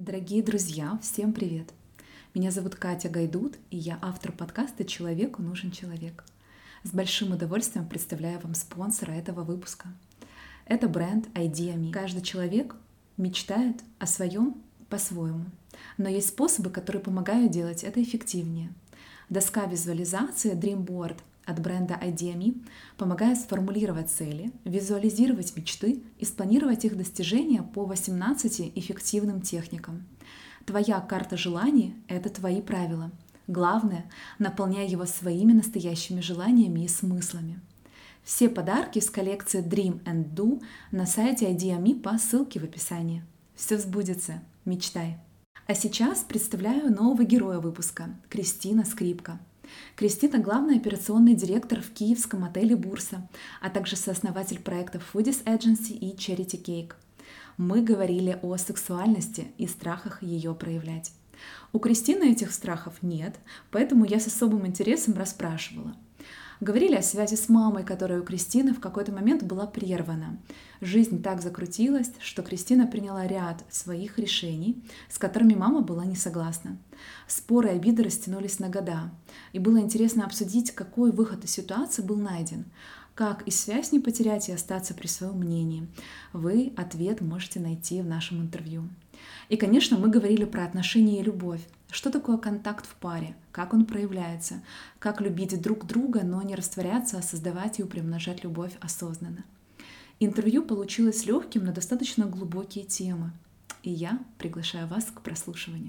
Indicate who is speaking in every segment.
Speaker 1: Дорогие друзья, всем привет! Меня зовут Катя Гайдут, и я автор подкаста «Человеку нужен человек». С большим удовольствием представляю вам спонсора этого выпуска. Это бренд Idea.me. Каждый человек мечтает о своем по-своему, но есть способы, которые помогают делать это эффективнее. Доска визуализации Dreamboard от бренда Idea.me помогает сформулировать цели, визуализировать мечты и спланировать их достижения по 18 эффективным техникам. Твоя карта желаний — это твои правила. Главное — наполняй его своими настоящими желаниями и смыслами. Все подарки из коллекции Dream and Do на сайте Idea.me по ссылке в описании. Все сбудется. Мечтай. А сейчас представляю нового героя выпуска — Кристина Скрипка. Кристина — главный операционный директор в киевском отеле «Бурса», а также сооснователь проектов Foodies Agency и Charity Cake. Мы говорили о сексуальности и страхах ее проявлять. У Кристины этих страхов нет, поэтому я с особым интересом расспрашивала. Говорили о связи с мамой, которая у Кристины в какой-то момент была прервана. Жизнь так закрутилась, что Кристина приняла ряд своих решений, с которыми мама была не согласна. Споры и обиды растянулись на года, и было интересно обсудить, какой выход из ситуации был найден. Как и связь не потерять и остаться при своем мнении. Вы ответ можете найти в нашем интервью. И, конечно, мы говорили про отношения и любовь. Что такое контакт в паре? Как он проявляется? Как любить друг друга, но не растворяться, а создавать и приумножать любовь осознанно? Интервью получилось легким, но достаточно глубокие темы. И я приглашаю вас к прослушиванию.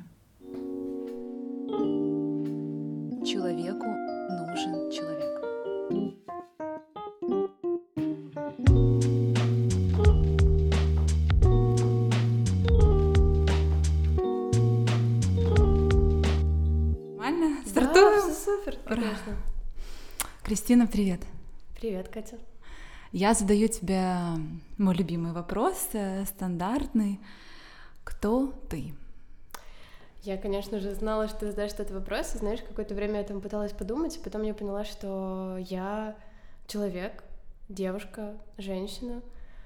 Speaker 1: Человеку нужен человек.
Speaker 2: Супер, конечно.
Speaker 1: Кристина, привет.
Speaker 2: Привет, Катя.
Speaker 1: Я задаю тебе мой любимый вопрос, стандартный. Кто ты?
Speaker 2: Я, конечно же, знала, что ты задашь этот вопрос, и, знаешь, какое-то время я там пыталась подумать, и потом я поняла, что я человек, девушка, женщина.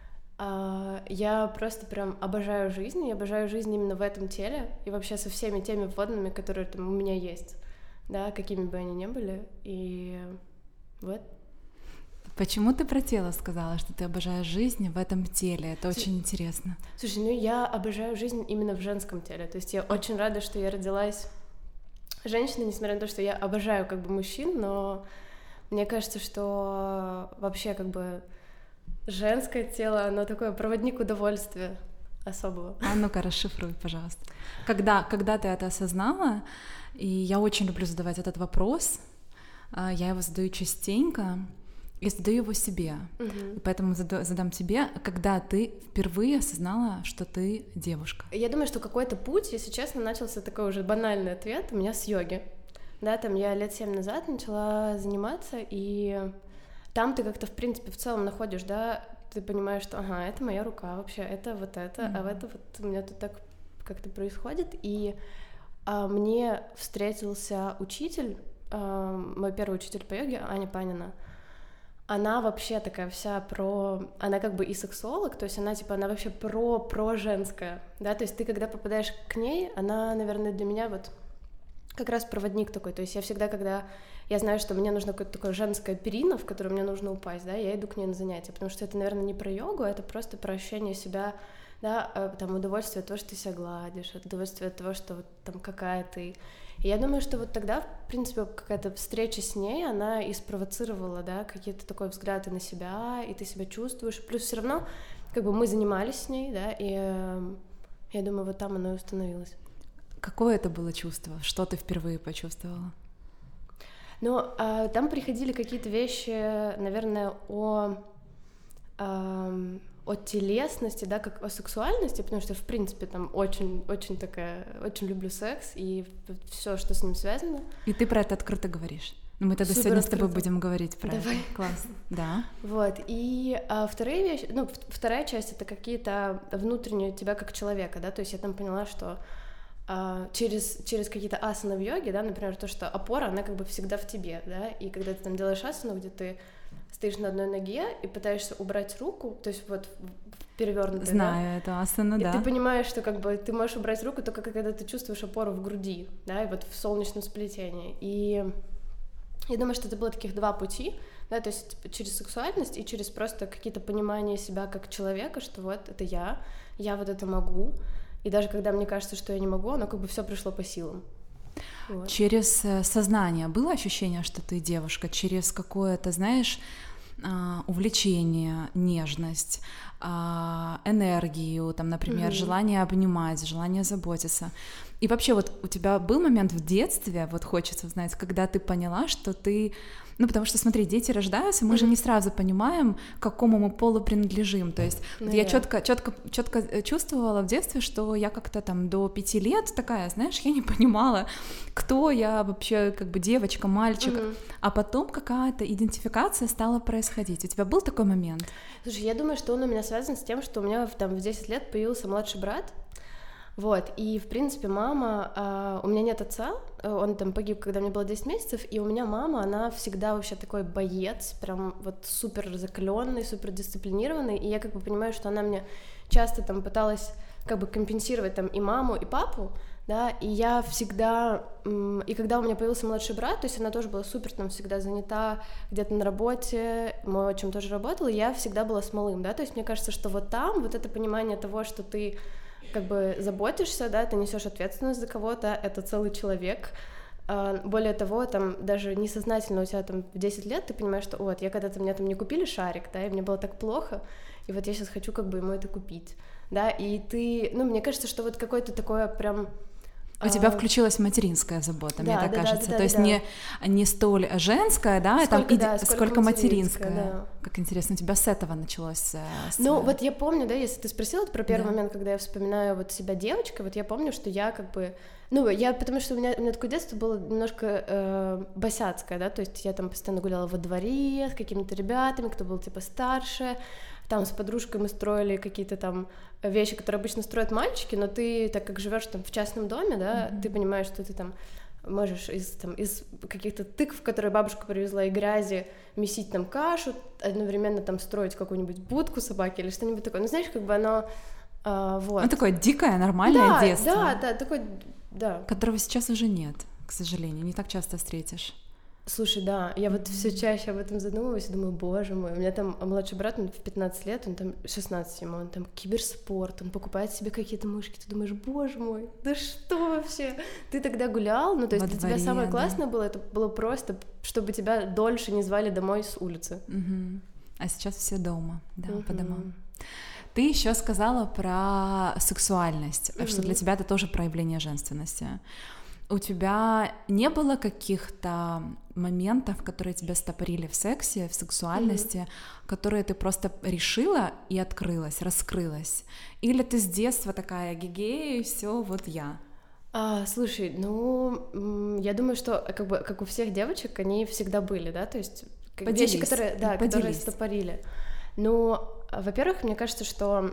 Speaker 2: Я просто прям обожаю жизнь, я обожаю жизнь именно в этом теле и вообще со всеми теми вводными, которые там у меня есть. Да, какими бы они ни были, и вот.
Speaker 1: Почему ты про тело сказала, что ты обожаешь жизнь в этом теле? Это очень интересно.
Speaker 2: Слушай, ну я обожаю жизнь именно в женском теле, то есть я очень рада, что я родилась женщиной, несмотря на то, что я обожаю как бы мужчин, но мне кажется, что вообще как бы женское тело, оно такое проводник удовольствия особого.
Speaker 1: А ну-ка, расшифруй, пожалуйста. Когда ты это осознала, и я очень люблю задавать этот вопрос, я его задаю частенько, и задаю его себе. И поэтому задам тебе, когда ты впервые осознала, что ты девушка.
Speaker 2: Я думаю, что какой-то путь, если честно, начался такой уже банальный ответ у меня с йоги. Да, там я лет 7 назад начала заниматься, и там ты как-то, в принципе, в целом находишь, да, ты понимаешь, что, ага, это моя рука вообще, это вот это, а это вот у меня тут так как-то происходит, и мне встретился учитель, мой первый учитель по йоге, Аня Панина. Она вообще такая вся она как бы и сексолог, то есть она типа, она вообще про женское, да, то есть ты когда попадаешь к ней, она, наверное, для меня вот как раз проводник такой, то есть я всегда, когда я знаю, что мне нужно какое-то такое женское перина, в которое мне нужно упасть, да, я иду к ней на занятия, потому что это, наверное, не про йогу, это просто про ощущение себя, да, там, удовольствие от того, что ты себя гладишь, удовольствие от того, что вот там какая ты. И я думаю, что вот тогда, в принципе, какая-то встреча с ней, она и спровоцировала, да, какие-то такой взгляд и на себя, и ты себя чувствуешь. Плюс все равно, как бы мы занимались с ней, да, и я думаю, вот там оно и установилось.
Speaker 1: Какое это было чувство? Что ты впервые почувствовала?
Speaker 2: Ну, там приходили какие-то вещи, наверное, о телесности, да, как о сексуальности, потому что, в принципе, там очень люблю секс и все, что с ним связано.
Speaker 1: И ты про это открыто говоришь. Ну, мы тогда сегодня с тобой будем говорить про это. Классно. Да.
Speaker 2: Вот, и вторые вещи, ну, вторая часть — это какие-то внутренние тебя как человека, да, то есть я там поняла, что через какие-то асаны в йоге, да, например, то, что опора, она как бы всегда в тебе, да, и когда ты там делаешь асану, где ты стоишь на одной ноге и пытаешься убрать руку, то есть вот перевернутый.
Speaker 1: Знаю эту асану,
Speaker 2: и
Speaker 1: да.
Speaker 2: ты понимаешь, что как бы ты можешь убрать руку только когда ты чувствуешь опору в груди, да, и вот в солнечном сплетении. И я думаю, что это было таких два пути, да, то есть через сексуальность и через просто какие-то понимания себя как человека, что вот это я вот это могу, и даже когда мне кажется, что я не могу, оно как бы все пришло по силам. Вот.
Speaker 1: Через сознание было ощущение, что ты девушка, через какое-то, знаешь, увлечение, нежность, энергию, там, например, желание обнимать, желание заботиться. И вообще вот у тебя был момент в детстве, вот хочется знать, когда ты поняла, что ты... Ну, потому что, смотри, дети рождаются, мы же не сразу понимаем, к какому мы полу принадлежим. То есть я четко чувствовала в детстве, что я как-то там до 5 лет такая, знаешь, я не понимала, кто я вообще, как бы девочка, мальчик. А потом какая-то идентификация стала происходить. У тебя был такой момент?
Speaker 2: Слушай, я думаю, что он у меня связан с тем, что у меня там в 10 лет появился младший брат. Вот, и, в принципе, мама... у меня нет отца, он там погиб, когда мне было 10 месяцев, и у меня мама, она всегда вообще такой боец, прям вот супер закаленный, супер дисциплинированный, и я как бы понимаю, что она мне часто там пыталась как бы компенсировать там и маму, и папу, да, и я всегда... И когда у меня появился младший брат, то есть она тоже была супер там всегда занята где-то на работе, мой отчим тоже работал, и я всегда была с малым, да, то есть мне кажется, что вот там вот это понимание того, что ты как бы заботишься, да, ты несешь ответственность за кого-то, это целый человек. Более того, там даже несознательно у тебя там в 10 лет ты понимаешь, что вот, я когда-то мне там не купили шарик, да, и мне было так плохо, и вот я сейчас хочу как бы ему это купить, да, и ты, ну, мне кажется, что вот какое-то такое прям...
Speaker 1: У тебя включилась материнская забота, мне так кажется.
Speaker 2: Да,
Speaker 1: то есть не столь женская, да, сколько материнская.
Speaker 2: Да.
Speaker 1: Как интересно, у тебя с этого началось.
Speaker 2: Ну, вот я помню, да, если ты спросила про первый момент, когда я вспоминаю вот себя девочкой, вот я помню, что я как бы... Ну, потому что у меня такое детство было немножко босяцкое, да, то есть я там постоянно гуляла во дворе с какими-то ребятами, кто был типа старше, там с подружкой мы строили какие-то там вещи, которые обычно строят мальчики, но ты, так как живешь там в частном доме, да, ты понимаешь, что ты там можешь из каких-то тыкв, которые бабушка привезла, и грязи месить там кашу, одновременно там строить какую-нибудь будку собаки или что-нибудь такое. Ну, знаешь, как бы оно... вот.
Speaker 1: Ну, такое дикое, нормальное детство.
Speaker 2: Да, такое, да.
Speaker 1: Которого сейчас уже нет, к сожалению, не так часто встретишь.
Speaker 2: Слушай, да, я вот все чаще об этом задумываюсь и думаю, боже мой, у меня там младший брат, он в 15 лет, он там 16 ему, он там киберспорт, он покупает себе какие-то мышки, ты думаешь, боже мой, да что вообще? Ты тогда гулял, ну то есть для тебя самое классное было, это было просто, чтобы тебя дольше не звали домой с улицы.
Speaker 1: А сейчас все дома, да, по домам. Ты еще сказала про сексуальность, что для тебя это тоже проявление женственности. У тебя не было каких-то моментов, которые тебя стопорили в сексе, в сексуальности, которые ты просто решила и открылась, раскрылась? Или ты с детства такая гигея, и все, вот я?
Speaker 2: Слушай, ну, я думаю, что как у всех девочек, они всегда были, да, то есть вещи, которые стопорили. Ну, во-первых, мне кажется, что...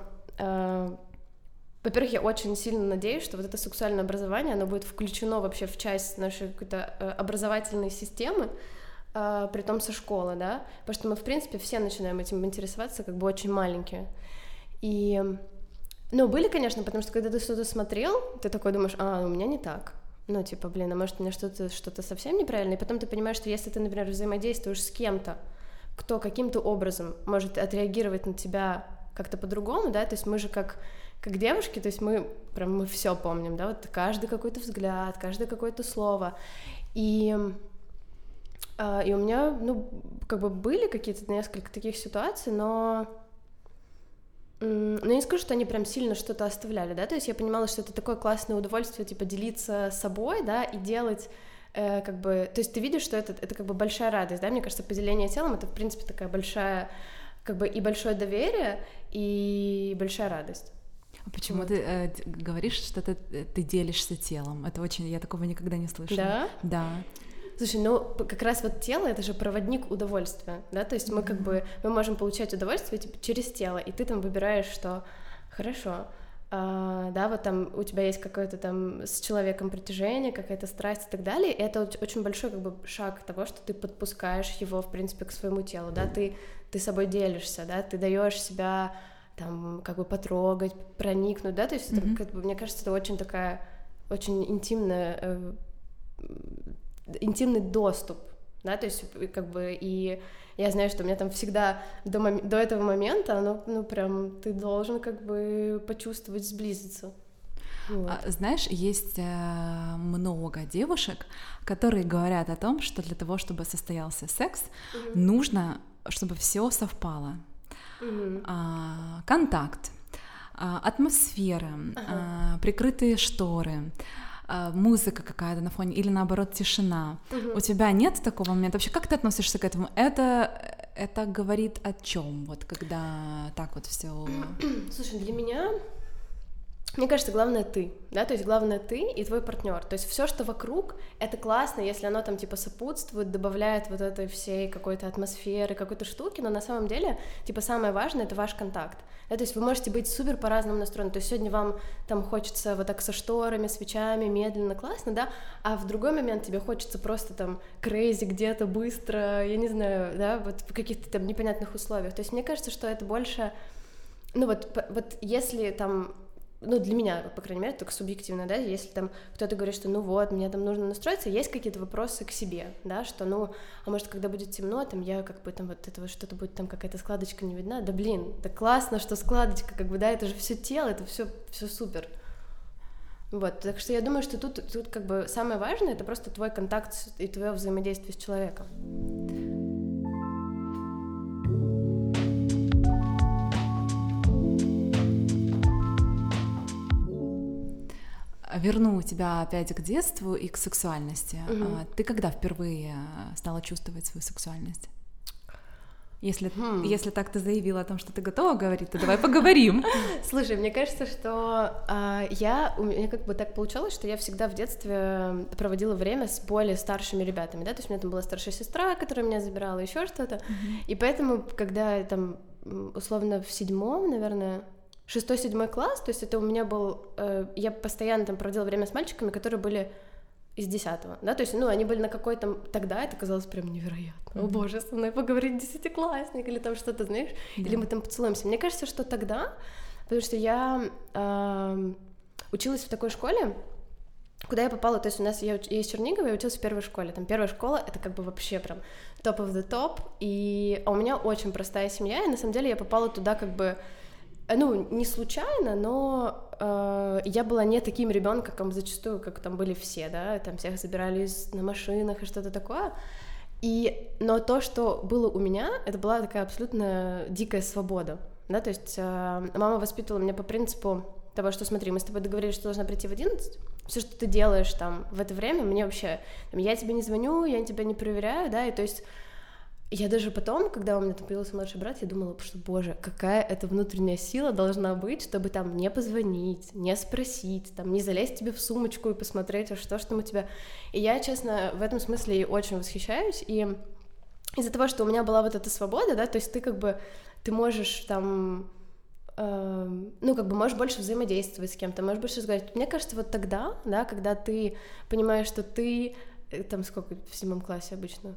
Speaker 2: Во-первых, я очень сильно надеюсь, что вот это сексуальное образование, оно будет включено вообще в часть нашей какой-то образовательной системы, притом со школы, да, потому что мы, в принципе, все начинаем этим интересоваться, как бы очень маленькие. И, ну, были, конечно, потому что когда ты что-то смотрел, ты такой думаешь, у меня не так. Ну, типа, блин, а может, у меня что-то совсем неправильно? И потом ты понимаешь, что если ты, например, взаимодействуешь с кем-то, кто каким-то образом может отреагировать на тебя как-то по-другому, да, то есть мы же как девушки, то есть мы все помним, да, вот каждый какой-то взгляд, каждое какое-то слово, и у меня, ну, как бы были какие-то несколько таких ситуаций, но я не скажу, что они прям сильно что-то оставляли, да, то есть я понимала, что это такое классное удовольствие, типа, делиться собой, да, и делать как бы, то есть ты видишь, что это как бы большая радость, да, мне кажется, поделение телом — это, в принципе, такая большая, как бы и большое доверие, и большая радость.
Speaker 1: А почему ты говоришь, что ты делишься телом? Это очень... Я такого никогда не слышала.
Speaker 2: Да?
Speaker 1: Да.
Speaker 2: Слушай, ну как раз вот тело — это же проводник удовольствия, да, то есть мы как бы, мы можем получать удовольствие типа через тело, и ты там выбираешь, что хорошо, да, вот там у тебя есть какое-то там с человеком притяжение, какая-то страсть и так далее, и это очень большой как бы шаг того, что ты подпускаешь его, в принципе, к своему телу, да, ты собой делишься, да, ты даешь себя там как бы потрогать, проникнуть, да, то есть это, как бы, мне кажется, это очень такая, очень интимный доступ, да, то есть как бы и я знаю, что у меня там всегда до этого момента, ну прям ты должен как бы почувствовать, сблизиться. Вот.
Speaker 1: Знаешь, есть много девушек, которые говорят о том, что для того, чтобы состоялся секс, нужно, чтобы все совпало. Контакт, атмосфера, прикрытые шторы, музыка какая-то на фоне или наоборот тишина. У тебя нет такого момента? Вообще, как ты относишься к этому? Это говорит о чем? Вот когда так вот все.
Speaker 2: Слушай, для меня, мне кажется, главное ты, да, то есть главное ты и твой партнер. То есть все, что вокруг, это классно, если оно там типа сопутствует, добавляет вот этой всей какой-то атмосферы, какой-то штуки, но на самом деле типа самое важное — это ваш контакт. Да, то есть вы можете быть супер по-разному настроены. То есть сегодня вам там хочется вот так со шторами, свечами, медленно, классно, да, а в другой момент тебе хочется просто там crazy где-то быстро, я не знаю, да, вот в каких-то там непонятных условиях. То есть мне кажется, что это больше, ну вот если там, ну, для меня, по крайней мере, только субъективно, да, если там кто-то говорит, что, ну вот, мне там нужно настроиться, есть какие-то вопросы к себе, да, что, ну, а может, когда будет темно, там, я как бы там вот это вот что-то будет, там какая-то складочка не видна, да, блин, да классно, что складочка, как бы, да, это же все тело, это все супер. Вот, так что я думаю, что тут как бы самое важное — это просто твой контакт и твое взаимодействие с человеком.
Speaker 1: Верну тебя опять к детству и к сексуальности. Ты когда впервые стала чувствовать свою сексуальность? Если так ты заявила о том, что ты готова говорить, то давай поговорим.
Speaker 2: Слушай, мне кажется, что у меня как бы так получалось, что я всегда в детстве проводила время с более старшими ребятами, да, то есть у меня там была старшая сестра, которая меня забирала, еще что-то, и поэтому, когда там, условно, в 7-м, наверное, 6-7 класс, то есть это у меня был, я постоянно там проводила время с мальчиками, которые были из 10-го, да, то есть, ну, они были на какой-то, тогда это казалось прям невероятно, о боже, со мной поговорить 10-классник, или там что-то, знаешь, или мы там поцелуемся. Мне кажется, что тогда, потому что я училась в такой школе, куда я попала, то есть у нас, я из Чернигова, я училась в первой школе, там первая школа, это как бы вообще прям top of the top, а у меня очень простая семья, и на самом деле я попала туда как бы, ну, не случайно, но я была не таким ребенком зачастую, как там были все, да, там всех забирали на машинах и что-то такое, но то, что было у меня, это была такая абсолютно дикая свобода, да, то есть мама воспитывала меня по принципу того, что, смотри, мы с тобой договорились, что должна прийти в 11, все, что ты делаешь там в это время, мне вообще, там, я тебе не звоню, я тебя не проверяю, да, и то есть я даже потом, когда у меня там появился младший брат, я думала, что, боже, какая это внутренняя сила должна быть, чтобы там не позвонить, не спросить, там, не залезть тебе в сумочку и посмотреть, а что там у тебя. И я, честно, в этом смысле очень восхищаюсь, и из-за того, что у меня была вот эта свобода, да, то есть ты как бы, ты можешь там, ну, как бы можешь больше взаимодействовать с кем-то, можешь больше разговаривать. Мне кажется, вот тогда, да, когда ты понимаешь, что ты, там, сколько в 7 классе обычно?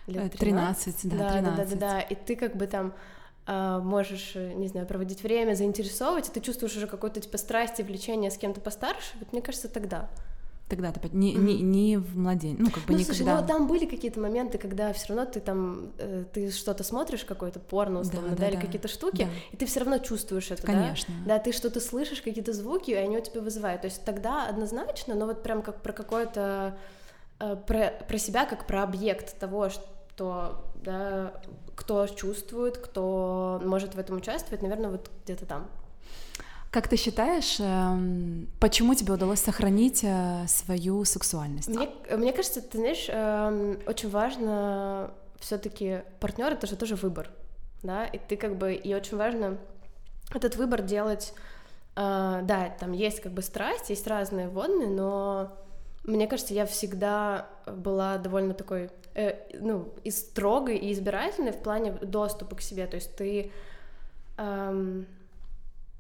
Speaker 1: 13, да, 13.
Speaker 2: Да, и ты как бы там можешь, не знаю, проводить время, заинтересовывать, и ты чувствуешь уже какое-то типа страсть и влечение с кем-то постарше, вот мне кажется, тогда.
Speaker 1: Тогда ты не в младенчестве, ну, как бы
Speaker 2: слушай,
Speaker 1: никогда...
Speaker 2: ну, там были какие-то моменты, когда все равно ты там, ты что-то смотришь, какое-то порно, условно, да, или какие-то штуки, да. И ты все равно чувствуешь это,
Speaker 1: конечно.
Speaker 2: Да, ты что-то слышишь, какие-то звуки, и они у тебя вызывают, то есть тогда однозначно, но вот прям как про какое-то, про себя, как про объект того, да, кто чувствует, кто может в этом участвовать, наверное, вот где-то там.
Speaker 1: Как ты считаешь, почему тебе удалось сохранить свою сексуальность?
Speaker 2: Мне кажется, ты знаешь, очень важно все-таки партнер — это же тоже выбор, да, и ты как бы, и очень важно этот выбор делать, да, там есть как бы страсть, есть разные водные, но мне кажется, я всегда была довольно такой, ну, и строгой, и избирательной в плане доступа к себе, то есть ты, ну,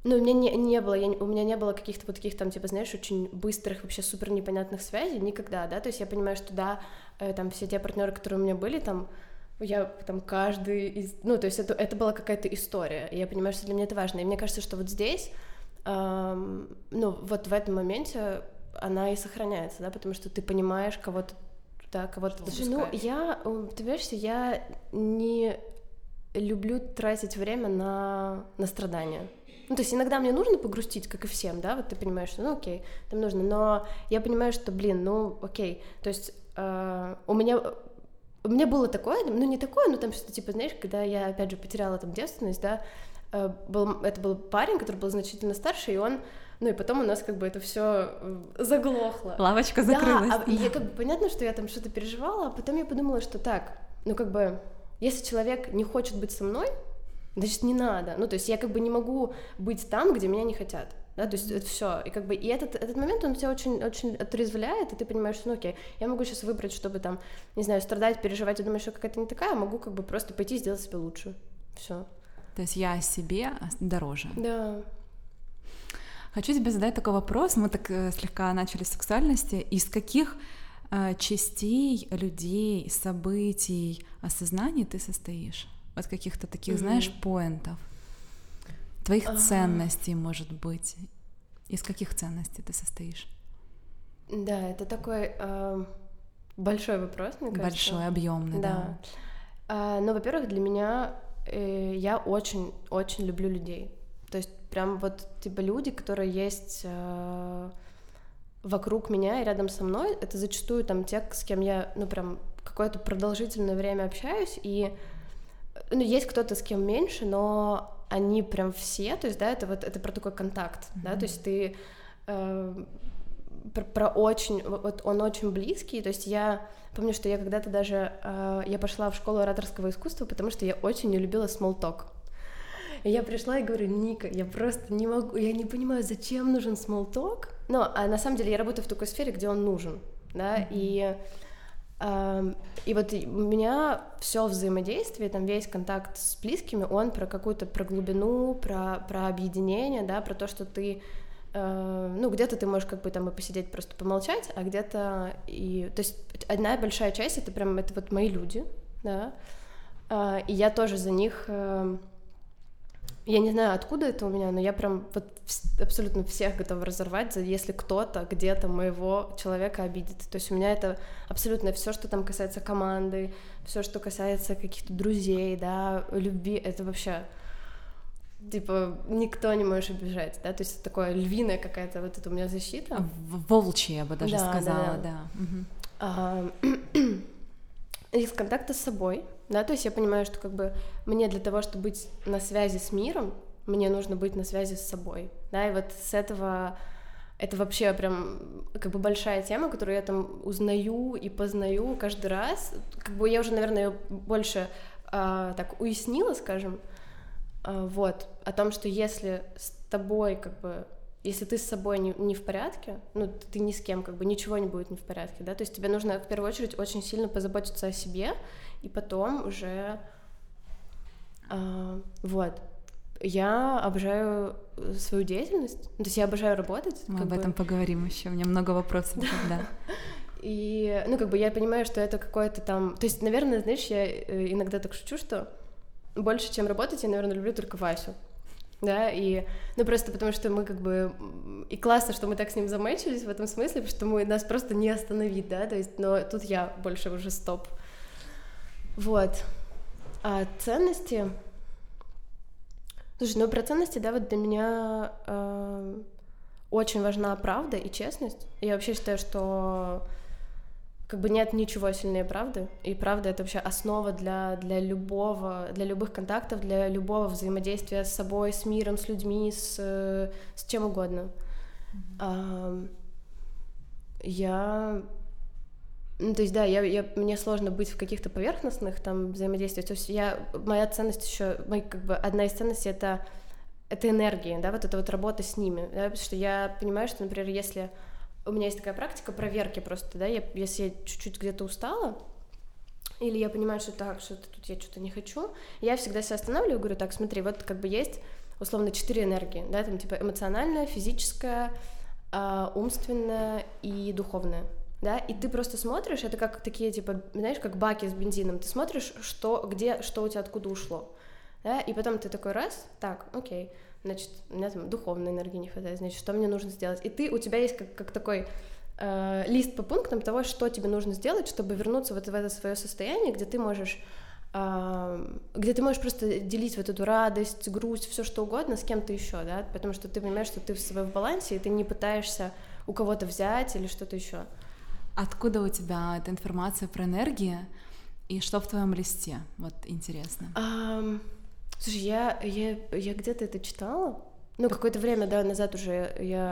Speaker 2: Ну, у меня не было, у меня не было каких-то вот таких там, типа, знаешь, очень быстрых, вообще супер непонятных связей, никогда, да, то есть я понимаю, что да, там все те партнеры, которые у меня были, там, я там каждый из... Ну, то есть это была какая-то история, и я понимаю, что для меня это важно, и мне кажется, что вот здесь, ну, вот в этом моменте она и сохраняется, да, потому что ты понимаешь кого-то, да, кого-то допускаешь. Ну, ты понимаешь, что я не люблю тратить время на страдания. Ну, то есть иногда мне нужно погрустить, как и всем, да, вот ты понимаешь, что, ну, окей, там нужно, но я понимаю, что, блин, ну, окей, то есть у меня было такое, ну, не такое, но там что-то, типа, знаешь, когда я, опять же, потеряла там девственность, да, это был парень, который был значительно старше, и он, ну, и потом у нас как бы это все заглохло.
Speaker 1: Лавочка закрылась.
Speaker 2: Да, и я как бы, понятно, что я там что-то переживала, а потом я подумала, что так, ну, как бы, если человек не хочет быть со мной, значит, не надо. Ну, то есть я как бы не могу быть там, где меня не хотят. Да, то есть это все. И как бы и этот момент, он тебя очень, очень отрезвляет, и ты понимаешь, что, ну окей, я могу сейчас выбрать, чтобы там, не знаю, страдать, переживать, и думать, что какая-то не такая, а могу как бы просто пойти и сделать себе лучше. Все.
Speaker 1: То есть я о себе дороже.
Speaker 2: Да.
Speaker 1: Хочу тебе задать такой вопрос. Мы так слегка начали с сексуальности. Из каких частей людей, событий, осознаний ты состоишь? От каких-то таких, знаешь, поинтов, твоих ценностей, может быть. Из каких ценностей ты состоишь?
Speaker 2: Да, это такой большой вопрос, мне кажется.
Speaker 1: Большой, объемный, да.
Speaker 2: Ну, во-первых, для меня я очень-очень люблю людей. То есть прям вот типа люди, которые есть вокруг меня и рядом со мной, это зачастую там те, с кем я, ну, прям какое-то продолжительное время общаюсь, и ну, есть кто-то, с кем меньше, но они прям все, то есть, да, это про такой контакт, да, то есть ты про очень, вот он очень близкий, то есть я помню, что я когда-то даже, я пошла в школу ораторского искусства, потому что я очень не любила small talk. И я пришла и говорю: Ника, я просто не могу, я не понимаю, зачем нужен small talk, но а на самом деле я работаю в такой сфере, где он нужен, да, и вот у меня все взаимодействие, там весь контакт с близкими, он про какую-то, про глубину, про объединение, да, про то, что ты, ну, где-то ты можешь как бы там и посидеть, просто помолчать, а где-то и... То есть одна большая часть — это прям, это вот мои люди, да, и я тоже за них... Я не знаю, откуда это у меня, но я прям вот абсолютно всех готова разорвать, если кто-то где-то моего человека обидит. То есть у меня это абсолютно все, что там касается команды, все, что касается каких-то друзей, да, любви, это вообще, типа, никто не может обижать, да, то есть это такое львиная какая-то вот это у меня защита.
Speaker 1: Волчья, я бы даже сказала,
Speaker 2: да. Из контакта с собой, да, то есть я понимаю, что как бы мне для того, чтобы быть на связи с миром, мне нужно быть на связи с собой, да, и вот с этого, это вообще прям как бы большая тема, которую я там узнаю и познаю каждый раз, как бы я уже, наверное, ее больше так уяснила, скажем, вот, о том, что если с тобой как бы, если ты с собой не в порядке, ну, ты ни с кем, как бы, ничего не будет не в порядке, да, то есть тебе нужно, в первую очередь, очень сильно позаботиться о себе, и потом уже, вот, я обожаю свою деятельность, то есть я обожаю работать.
Speaker 1: Мы об этом поговорим еще, у меня много вопросов, да.
Speaker 2: И, ну, как бы я понимаю, что это какое-то там, то есть, наверное, знаешь, я иногда так шучу, что больше, чем работать, я, наверное, люблю только Васю. Да, и, ну, просто потому что мы как бы, и классно, что мы так с ним замэчились в этом смысле, потому что нас просто не остановить, да, то есть, но тут я больше уже стоп. Вот. А ценности... Слушай, ну, про ценности, да, вот для меня очень важна правда и честность. Я вообще считаю, что как бы нет ничего сильнее правды, и правда — это вообще основа для любых контактов, для любого взаимодействия с собой, с миром, с людьми, с чем угодно. Ну, то есть, да, мне сложно быть в каких-то поверхностных там взаимодействиях, то есть моя ценность еще, как бы одна из ценностей — это энергия, да, вот эта вот работа с ними, да, потому что я понимаю, что, например, если у меня есть такая практика проверки просто, да, если я чуть-чуть где-то устала, или я понимаю, что так, что тут я что-то не хочу, я всегда себя останавливаю и говорю: так, смотри, вот как бы есть условно 4 энергии, да, там типа эмоциональная, физическая, умственная и духовная, да, и ты просто смотришь, это как такие, типа, знаешь, как баки с бензином, ты смотришь, что у тебя откуда ушло, да, и потом ты такой раз, так, окей, значит, у меня там духовной энергии не хватает, значит, что мне нужно сделать, и у тебя есть как такой лист по пунктам того, что тебе нужно сделать, чтобы вернуться вот в это свое состояние, где ты можешь просто делить вот эту радость, грусть, все что угодно с кем-то еще, да, потому что ты понимаешь, что ты в своем балансе, и ты не пытаешься у кого-то взять или что-то еще.
Speaker 1: Откуда у тебя эта информация про энергию и что в твоем листе? Вот интересно.
Speaker 2: Слушай, я где-то это читала, какое-то время, да, назад уже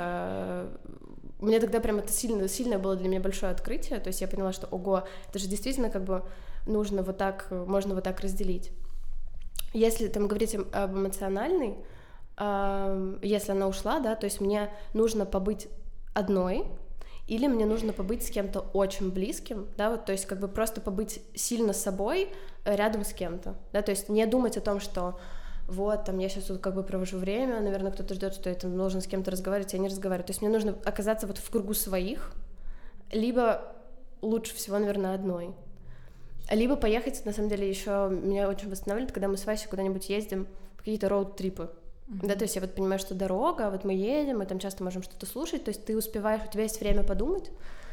Speaker 2: у меня тогда прям это сильное было для меня большое открытие, то есть я поняла, что ого, это же действительно как бы нужно вот так, можно вот так разделить. Если там говорить об эмоциональной, если она ушла, да, то есть мне нужно побыть одной, или мне нужно побыть с кем-то очень близким, да, вот, то есть как бы просто побыть сильно с собой рядом с кем-то, да, то есть не думать о том, что вот, там, я сейчас тут как бы провожу время, наверное, кто-то ждет, что я там должен с кем-то разговаривать, я не разговариваю, то есть мне нужно оказаться вот в кругу своих, либо лучше всего, наверное, одной, либо поехать, на самом деле, еще меня очень восстанавливает, когда мы с Васей куда-нибудь ездим в какие-то роуд-трипы. Да, то есть я вот понимаю, что дорога, вот мы едем, мы там часто можем что-то слушать, то есть ты успеваешь, у тебя есть время подумать.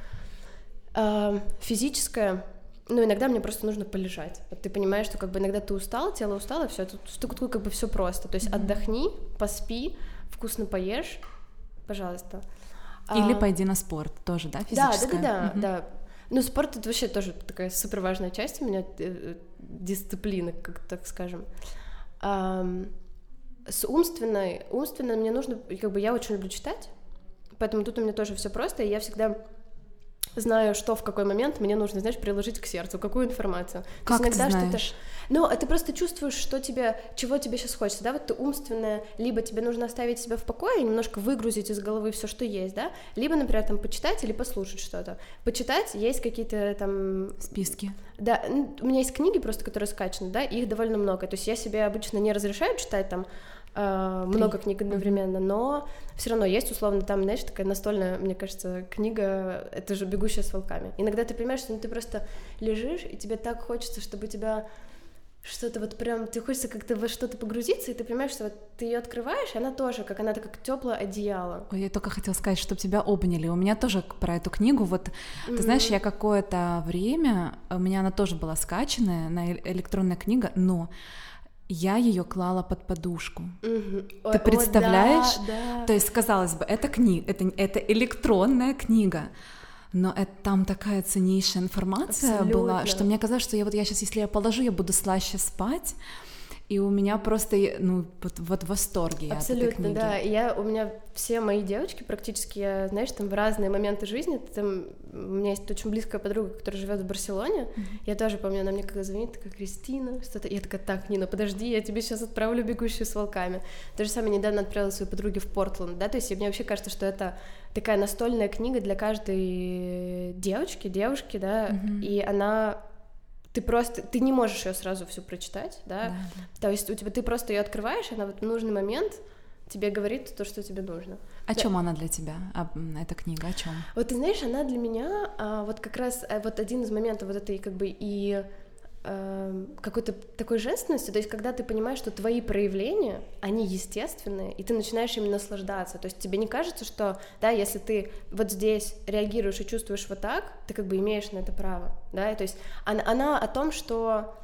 Speaker 2: Физическое, иногда мне просто нужно полежать. Вот ты понимаешь, что как бы иногда ты устал, тело устало, все, тут как бы все просто. То есть отдохни, поспи, вкусно поешь, пожалуйста.
Speaker 1: Или пойди на спорт тоже, да, физическое?
Speaker 2: Да. Ну, спорт — это вообще тоже такая супер важная часть у меня, дисциплины, как так скажем. С умственной мне нужно, как бы я очень люблю читать, поэтому тут у меня тоже все просто, и я всегда знаю, что в какой момент мне нужно, знаешь, приложить к сердцу, какую информацию.
Speaker 1: Как ты знаешь?
Speaker 2: Ты просто чувствуешь, чего тебе сейчас хочется, да, вот ты умственная, либо тебе нужно оставить себя в покое и немножко выгрузить из головы все, что есть, да, либо, например, там почитать или послушать что-то. Почитать есть какие-то там...
Speaker 1: Списки.
Speaker 2: Да, у меня есть книги просто, которые скачаны, да, и их довольно много, то есть я себе обычно не разрешаю читать там много книг одновременно, но все равно есть, условно, там, знаешь, такая настольная, мне кажется, книга, это же «Бегущая с волками». Иногда ты понимаешь, что ты просто лежишь, и тебе так хочется, чтобы тебя что-то вот прям, тебе хочется как-то во что-то погрузиться, и ты понимаешь, что вот ты ее открываешь, и она тоже, как теплое одеяло.
Speaker 1: Ой, я только хотела сказать, чтобы тебя обняли. У меня тоже про эту книгу, вот, ты знаешь, я какое-то время, у меня она тоже была скачанная, электронная книга, но я ее клала под подушку. Ты представляешь?
Speaker 2: Да.
Speaker 1: То есть, казалось бы, это электронная книга, но там такая ценнейшая информация
Speaker 2: Абсолютно.
Speaker 1: была, что мне казалось, что я сейчас, если я положу, я буду слаще спать. И у меня просто, вот в восторге я от этой книги.
Speaker 2: Да, у меня все мои девочки практически, знаешь, там в разные моменты жизни, там, у меня есть очень близкая подруга, которая живет в Барселоне, я тоже помню, она мне когда звонит, такая: Кристина, что-то, я такая: так, Нина, подожди, я тебе сейчас отправлю «Бегущую с волками». То же самое недавно отправила своей подруге в Портленд, да, то есть мне вообще кажется, что это такая настольная книга для каждой девушки, да, и она... Ты не можешь ее сразу всю прочитать, да? То есть ты просто ее открываешь, она вот в нужный момент тебе говорит то, что тебе нужно.
Speaker 1: О чем она для тебя, эта книга, о чем?
Speaker 2: Вот ты знаешь, она для меня вот как раз вот один из моментов вот этой как бы и какой-то такой женственности, то есть когда ты понимаешь, что твои проявления, они естественные, и ты начинаешь ими наслаждаться, то есть тебе не кажется, что, да, если ты вот здесь реагируешь и чувствуешь вот так, ты как бы имеешь на это право, да, и то есть она о том, что...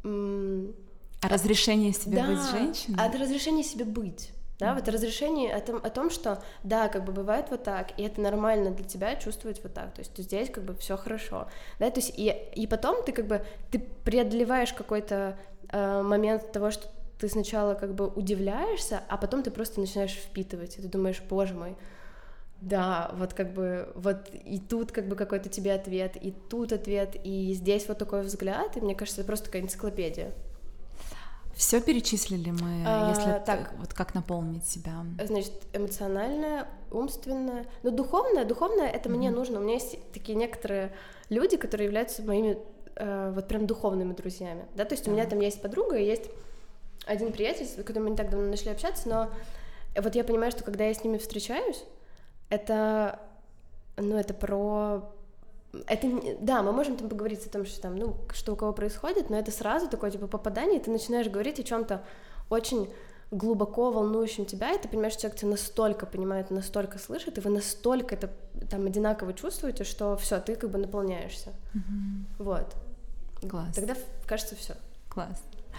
Speaker 1: О разрешении себе быть женщиной?
Speaker 2: Да, о разрешении себе быть. Да, вот разрешение о том, что да, как бы бывает вот так, и это нормально для тебя чувствовать вот так, то есть здесь как бы все хорошо, да, то есть и потом ты преодолеваешь какой-то момент того, что ты сначала как бы удивляешься, а потом ты просто начинаешь впитывать, и ты думаешь: боже мой, да, вот как бы вот и тут как бы какой-то тебе ответ, и тут ответ, и здесь вот такой взгляд, и мне кажется, это просто такая энциклопедия.
Speaker 1: Все перечислили мы, если так, вот как наполнить себя?
Speaker 2: Значит, эмоциональное, умственное, но духовное это мне нужно. У меня есть такие некоторые люди, которые являются моими вот прям духовными друзьями, да, то есть у меня там есть подруга, и есть один приятель, с которым мы не так давно начали общаться, но вот я понимаю, что когда я с ними встречаюсь, это про... Да, мы можем там поговорить о том, что там, что у кого происходит, но это сразу такое, типа, попадание, и ты начинаешь говорить о чем-то очень глубоко волнующем тебя, и ты понимаешь, что человек тебя настолько понимает, настолько слышит, и вы настолько это там одинаково чувствуете, что все, ты как бы наполняешься. Вот.
Speaker 1: Класс.
Speaker 2: Тогда, кажется, все.
Speaker 1: Класс.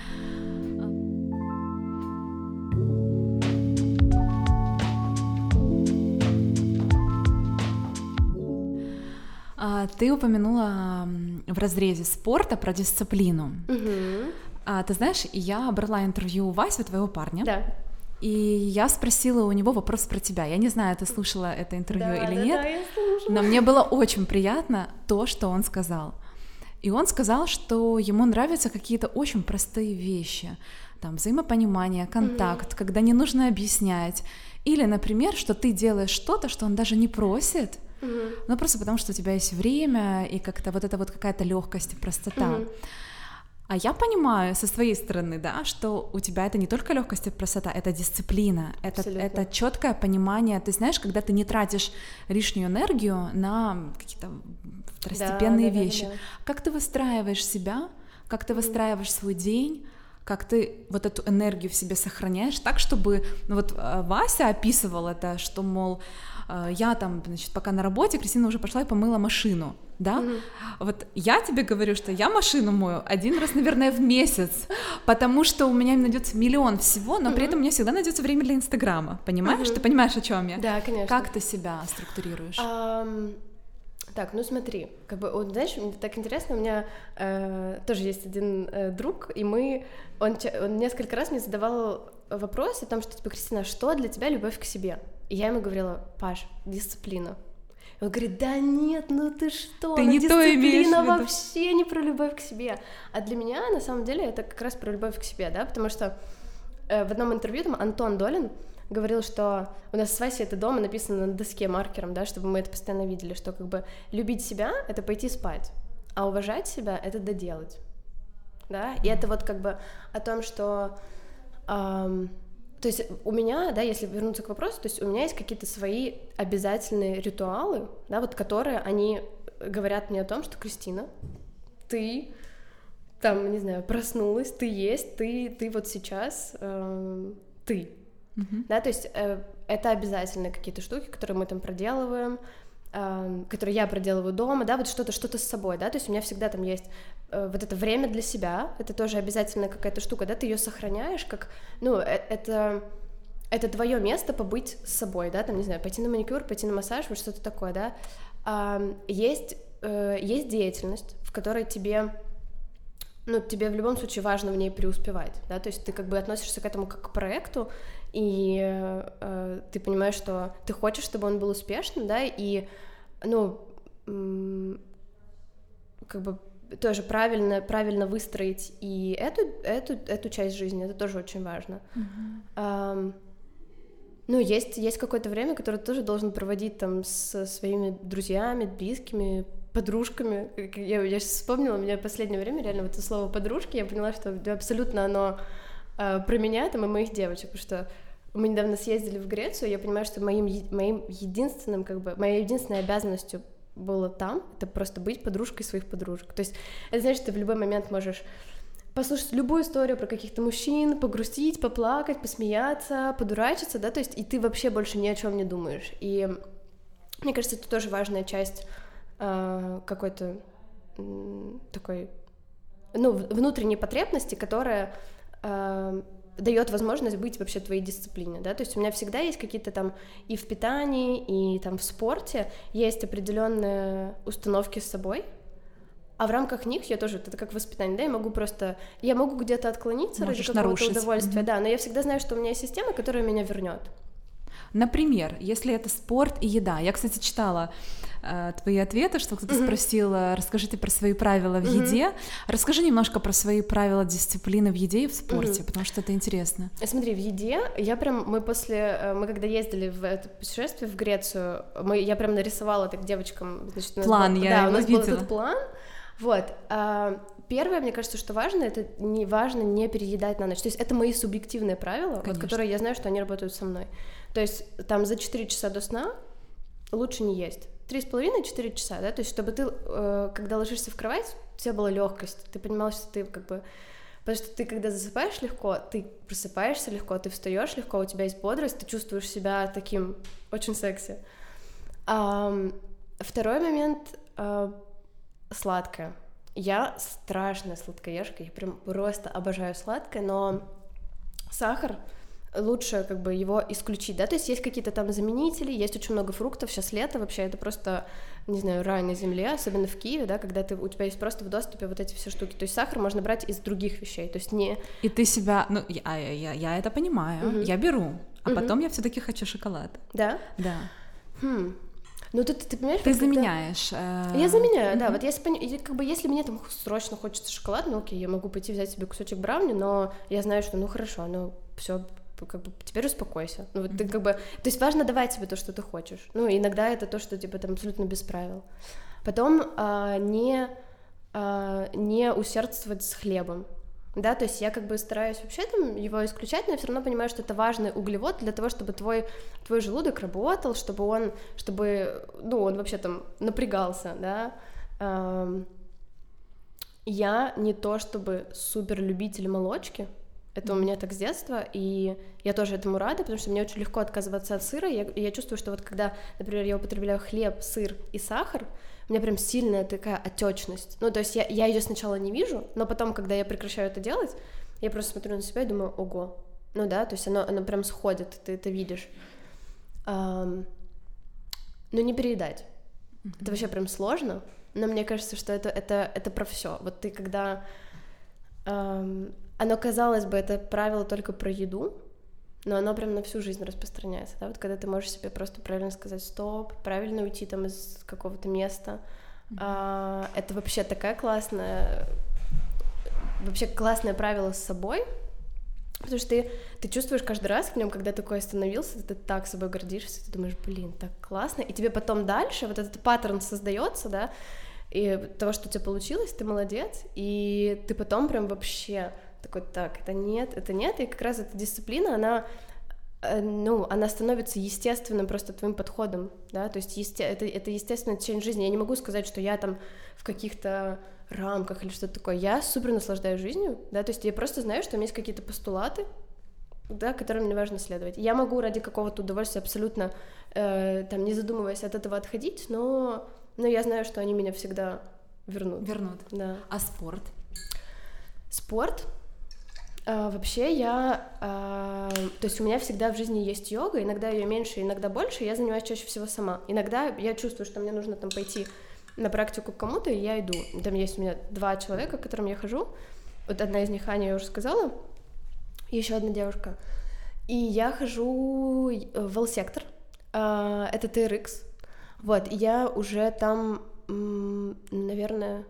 Speaker 1: Ты упомянула в разрезе спорта про дисциплину. Ты знаешь, я брала интервью у Васи, твоего парня.
Speaker 2: Да.
Speaker 1: И я спросила у него вопрос про тебя. Я не знаю, ты слушала это интервью или нет,
Speaker 2: я слушала.
Speaker 1: но мне было очень приятно то, что он сказал. И он сказал, что ему нравятся какие-то очень простые вещи, там взаимопонимание, контакт, когда не нужно объяснять. Или, например, что ты делаешь что-то, что он даже не просит, но просто потому, что у тебя есть время и как-то вот это вот какая-то легкость и простота. А я понимаю со своей стороны, да, что у тебя это не только легкость и простота, это дисциплина, это четкое понимание. Ты знаешь, когда ты не тратишь лишнюю энергию на какие-то второстепенные вещи. Да. Как ты выстраиваешь себя, как ты выстраиваешь свой день, как ты вот эту энергию в себе сохраняешь так, чтобы... вот Вася описывал это, что, мол, я там, значит, пока на работе, Кристина уже пошла и помыла машину, да? Вот я тебе говорю, что я машину мою один раз, наверное, в месяц, потому что у меня найдется миллион всего, но при этом у меня всегда найдется время для Инстаграма, понимаешь? Ты понимаешь, о чем я?
Speaker 2: Да, конечно.
Speaker 1: Как ты себя структурируешь?
Speaker 2: Так, смотри, как бы, вот, знаешь, мне так интересно, у меня тоже есть один друг, и он несколько раз мне задавал вопрос о том, что, типа, Кристина, что для тебя любовь к себе? И я ему говорила: Паш, дисциплина. И он говорит: да нет, ты что,
Speaker 1: ты не то имеешь в виду.
Speaker 2: Дисциплина вообще не про любовь к себе. А для меня, на самом деле, это как раз про любовь к себе, да, потому что в одном интервью там Антон Долин говорил, что у нас с Васей это дома написано на доске маркером, да, чтобы мы это постоянно видели, что как бы любить себя — это пойти спать, а уважать себя — это доделать, да, и это вот как бы о том, что... То есть у меня, да, если вернуться к вопросу, то есть у меня есть какие-то свои обязательные ритуалы, да, вот которые они говорят мне о том, что, Кристина, ты там, не знаю, проснулась, ты есть, ты вот сейчас, ты, да, то есть это обязательно какие-то штуки, которые мы там проделываем, которые я проделываю дома, да, вот что-то с собой, да, то есть у меня всегда там есть вот это время для себя, это тоже обязательно какая-то штука, да, ты ее сохраняешь, как, это твое место побыть с собой, да, там, не знаю, пойти на маникюр, пойти на массаж, вот что-то такое, да, есть деятельность, в которой тебе в любом случае важно в ней преуспевать, да, то есть ты как бы относишься к этому как к проекту, и ты понимаешь, что ты хочешь, чтобы он был успешным, да, и, как бы тоже правильно выстроить и эту часть жизни, это тоже очень важно. Есть какое-то время, которое ты тоже должен проводить там со своими друзьями, близкими, подружками. Я сейчас вспомнила, у меня в последнее время реально вот это слово «подружки», я поняла, что абсолютно оно про меня там и моих девочек, потому что мы недавно съездили в Грецию, я понимаю, что моей единственной обязанностью было там, это просто быть подружкой своих подружек. То есть это значит, ты в любой момент можешь послушать любую историю про каких-то мужчин, погрустить, поплакать, посмеяться, подурачиться, да, то есть и ты вообще больше ни о чем не думаешь. И мне кажется, это тоже важная часть какой-то такой, внутренней потребности, которая дает возможность быть вообще твоей дисциплине, да, то есть у меня всегда есть какие-то там и в питании, и там в спорте есть определенные установки с собой, а в рамках них я тоже, это как воспитание, да, я могу где-то отклониться ради какого-то удовольствия, да, но я всегда знаю, что у меня есть система, которая меня вернет.
Speaker 1: Например, если это спорт и еда. Я, кстати, читала твои ответы, что кто-то спросил: расскажите про свои правила в еде. Расскажи немножко про свои правила дисциплины в еде и в спорте, потому что это интересно.
Speaker 2: Смотри, в еде мы когда ездили в это путешествие в Грецию, я прям нарисовала так девочкам, значит,
Speaker 1: план, я его видела.
Speaker 2: У нас был этот план. Вот, Первое, мне кажется, что важно, это не важно не переедать на ночь. То есть это мои субъективные правила, вот, которые я знаю, что они работают со мной. То есть там за 4 часа до сна лучше не есть. 3,5-4 часа, да, то есть чтобы ты, когда ложишься в кровать, у тебя была легкость, ты понимала, что ты как бы... Потому что ты, когда засыпаешь легко, ты просыпаешься легко, ты встаешь легко, у тебя есть бодрость, ты чувствуешь себя таким очень секси. Второй момент — сладкое. Я страшная сладкоежка, я прям просто обожаю сладкое, но сахар лучше как бы его исключить, да, то есть какие-то там заменители, есть очень много фруктов, сейчас лето, вообще это просто, не знаю, рай на земле, особенно в Киеве, да, когда у тебя есть просто в доступе вот эти все штуки, то есть сахар можно брать из других вещей, то есть не...
Speaker 1: И ты себя, ну, я это понимаю, я беру, а потом я все-таки хочу шоколад.
Speaker 2: Да?
Speaker 1: Да.
Speaker 2: Ну, ты понимаешь...
Speaker 1: Ты заменяешь.
Speaker 2: Я заменяю, да, вот как бы если мне там срочно хочется шоколад, ну окей, я могу пойти взять себе кусочек брауни, но я знаю, что ну хорошо, ну все, как бы теперь успокойся. Ну вот ты как бы... То есть важно давать себе то, что ты хочешь. Ну, иногда это то, что типа там абсолютно без правил. Потом не усердствовать с хлебом. Да, то есть я как бы стараюсь вообще там его исключать, но я все равно понимаю, что это важный углевод для того, чтобы твой желудок работал, чтобы он вообще там напрягался, да. Я не то чтобы супер любитель молочки, это у меня так с детства, и я тоже этому рада, потому что мне очень легко отказываться от сыра, и я чувствую, что вот когда, например, я употребляю хлеб, сыр и сахар, у меня прям сильная такая отечность. Ну, то есть я ее сначала не вижу, но потом, когда я прекращаю это делать, я просто смотрю на себя и думаю, ого. Ну да, то есть оно прям сходит, ты это видишь. Но не переедать. Это вообще прям сложно, но мне кажется, что это про все. Вот ты когда... Оно, казалось бы, это правило только про еду, но оно прям на всю жизнь распространяется, да, вот когда ты можешь себе просто правильно сказать стоп, правильно уйти там из какого-то места, это вообще такая классное правило с собой, потому что ты чувствуешь каждый раз в нем, когда такой остановился, ты так собой гордишься, ты думаешь, блин, так классно, и тебе потом дальше вот этот паттерн создается, да, и того, что у тебя получилось, ты молодец, и ты потом прям вообще... такой, так, это нет, и как раз эта дисциплина, она становится естественным просто твоим подходом, да, то есть это естественное течение жизни, я не могу сказать, что я там в каких-то рамках или что-то такое, я супер наслаждаюсь жизнью, да, то есть я просто знаю, что у меня есть какие-то постулаты, да, которым мне важно следовать, я могу ради какого-то удовольствия абсолютно, там, не задумываясь от этого отходить, но я знаю, что они меня всегда вернут. Да.
Speaker 1: А спорт?
Speaker 2: Спорт? Вообще то есть у меня всегда в жизни есть йога, иногда ее меньше, иногда больше, я занимаюсь чаще всего сама. Иногда я чувствую, что мне нужно там пойти на практику к кому-то, и я иду. Там есть у меня 2 человека, к которым я хожу. Вот одна из них, Аня, я уже сказала, и еще одна девушка. И я хожу в L-сектор, это TRX. Вот, и я уже там, наверное,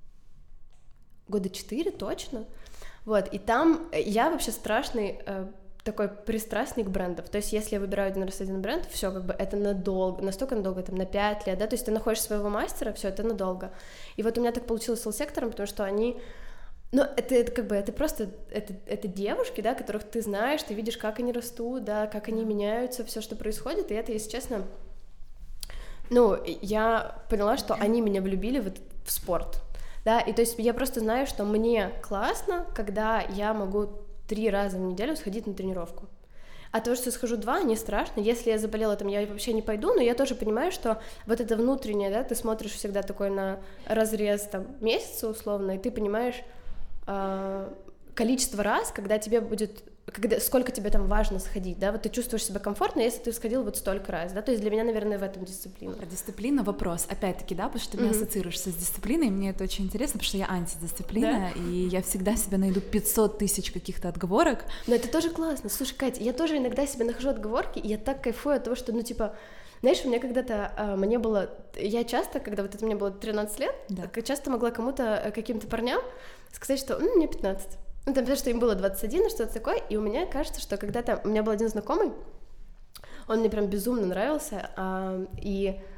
Speaker 2: 4 года точно. Вот, и там я вообще страшный такой пристрастник брендов, то есть если я выбираю один бренд, все как бы это надолго, настолько надолго, там на 5 лет, да, то есть ты находишь своего мастера, все это надолго. И вот у меня так получилось с L-сектором, потому что они, ну, это как бы, это просто, это девушки, да, которых ты знаешь, ты видишь, как они растут, да, как они меняются, все, что происходит, и это, если честно, ну, я поняла, что они меня влюбили в спорт. Да, и то есть я просто знаю, что мне классно, когда я могу 3 раза в неделю сходить на тренировку. А то, что схожу 2, не страшно. Если я заболела, там я вообще не пойду, но я тоже понимаю, что вот это внутреннее, да, ты смотришь всегда такой на разрез там месяца условно, и ты понимаешь количество раз, когда тебе будет... сколько тебе там важно сходить, да, вот ты чувствуешь себя комфортно, если ты сходил вот столько раз, да, то есть для меня, наверное, в этом дисциплина.
Speaker 1: Про дисциплину вопрос, опять-таки, да, потому что ты меня ассоциируешься с дисциплиной, и мне это очень интересно, потому что я антидисциплина, да? И я всегда себе найду 500 тысяч каких-то отговорок.
Speaker 2: Но это тоже классно, слушай, Катя, я тоже иногда себе нахожу отговорки, и я так кайфую от того, что, ну, типа, знаешь, у меня когда-то, я часто, когда вот это мне было 13 лет, да. Часто могла кому-то, каким-то парням сказать, что, мне 15. Ну, там, потому что им было 21, что-то такое, и у меня кажется, что когда-то... У меня был один знакомый, он мне прям безумно нравился, и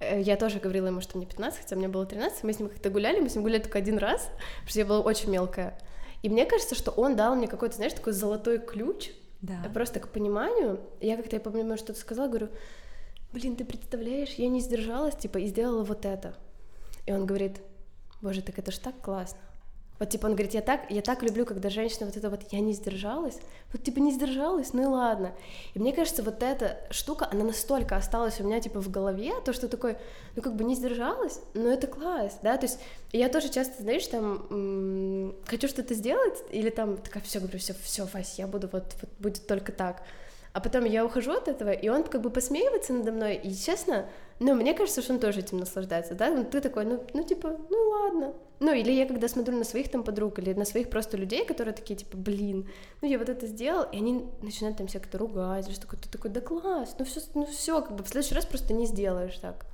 Speaker 2: я тоже говорила ему, что мне 15, хотя мне было 13, мы с ним как-то гуляли, мы с ним гуляли только один раз, потому что я была очень мелкая. И мне кажется, что он дал мне какой-то, знаешь, такой золотой ключ, просто к пониманию. Я как-то, я помню, что-то сказала, говорю, блин, ты представляешь, я не сдержалась, типа, и сделала вот это. И он говорит, боже, так это ж так классно. Вот, типа, он говорит, я так люблю, когда женщина вот это вот, я не сдержалась, вот, типа, не сдержалась, ну и ладно. И мне кажется, вот эта штука, она настолько осталась у меня, типа, в голове, то, что такой, ну, как бы не сдержалась, но это класс, да, то есть я тоже часто, знаешь, там, хочу что-то сделать, или там, такая, все говорю, все, Вась, я буду вот будет только так. А потом я ухожу от этого, и он как бы посмеивается надо мной, и, честно, ну, мне кажется, что он тоже этим наслаждается, да, ну, ты такой, ну, типа, ну, ладно. Ну, или я когда смотрю на своих там подруг, или на своих просто людей, которые такие, типа, блин, ну, я вот это сделал, и они начинают там себя как-то ругать, или что-то, ты такой, да класс, ну, все, как бы в следующий раз просто не сделаешь так.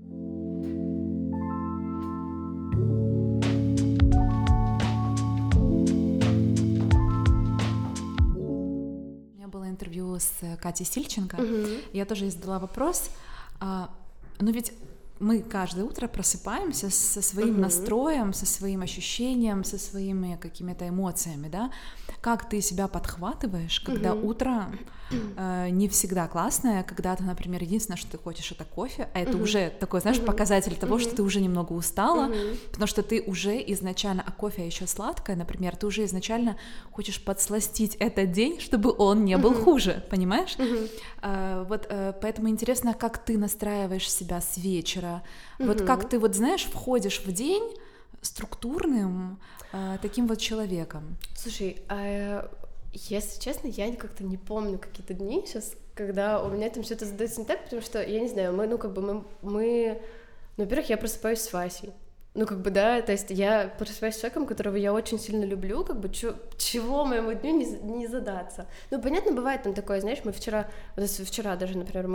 Speaker 1: Интервью с Катей Сильченко, я тоже ей задала вопрос, но ведь мы каждое утро просыпаемся со своим настроем, со своим ощущением, со своими какими-то эмоциями, да? Как ты себя подхватываешь, когда утро не всегда классное, когда ты, например, единственное, что ты хочешь, это кофе, а это уже такой, знаешь, показатель того, что ты уже немного устала, потому что ты уже изначально, а кофе еще сладкое, например, ты уже изначально хочешь подсластить этот день, чтобы он не был хуже, понимаешь? Вот поэтому интересно, как ты настраиваешь себя с вечера, вот как ты, вот знаешь, входишь в день структурным таким вот человеком.
Speaker 2: Слушай, если честно, я как-то не помню какие-то дни сейчас, когда у меня там что-то задается не так, потому что, я не знаю, мы, во-первых, я просыпаюсь с Васей, ну, как бы, да, то есть я просыпаюсь с человеком, которого я очень сильно люблю, как бы, чего моему дню не задаться. Ну, понятно, бывает там такое, знаешь, мы вчера даже, например,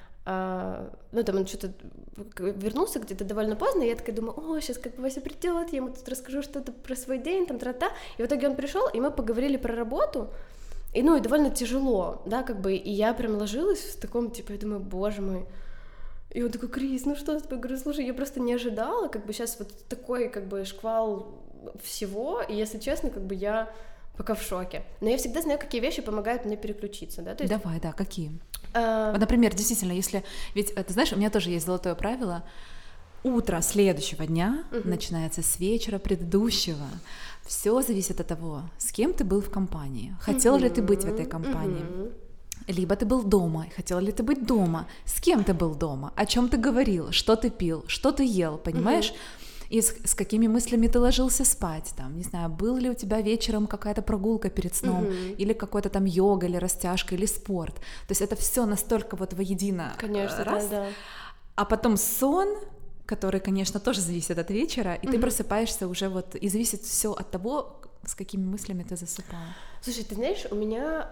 Speaker 2: ну, там он что-то вернулся где-то довольно поздно, и я такая думаю, сейчас как бы Вася придет, я ему тут расскажу что-то про свой день, там, тра-та, и в итоге он пришел, и мы поговорили про работу, и, ну, и довольно тяжело, да, как бы, и я прям ложилась в таком, типа, я думаю, боже мой, и он такой, Крис, ну что с тобой? Говорю, слушай, я просто не ожидала, как бы, сейчас вот такой, как бы, шквал всего, и, если честно, как бы, я пока в шоке, но я всегда знаю, какие вещи помогают мне переключиться, да, то есть...
Speaker 1: Давай, да, какие? Вот, например, действительно, если... Ведь, ты знаешь, у меня тоже есть золотое правило. Утро следующего дня начинается с вечера предыдущего. Все зависит от того, с кем ты был в компании. Хотел ли ты быть в этой компании? Либо ты был дома, хотел ли ты быть дома? С кем ты был дома? О чем ты говорил? Что ты пил? Что ты ел? Понимаешь? И с какими мыслями ты ложился спать, там, не знаю, был ли у тебя вечером какая-то прогулка перед сном, или какой-то там йога, или растяжка, или спорт. То есть это все настолько вот воедино.
Speaker 2: Конечно,
Speaker 1: раз.
Speaker 2: Да.
Speaker 1: А потом сон, который, конечно, тоже зависит от вечера, и ты просыпаешься уже вот, и зависит все от того, с какими мыслями ты засыпал.
Speaker 2: Слушай, ты знаешь, у меня,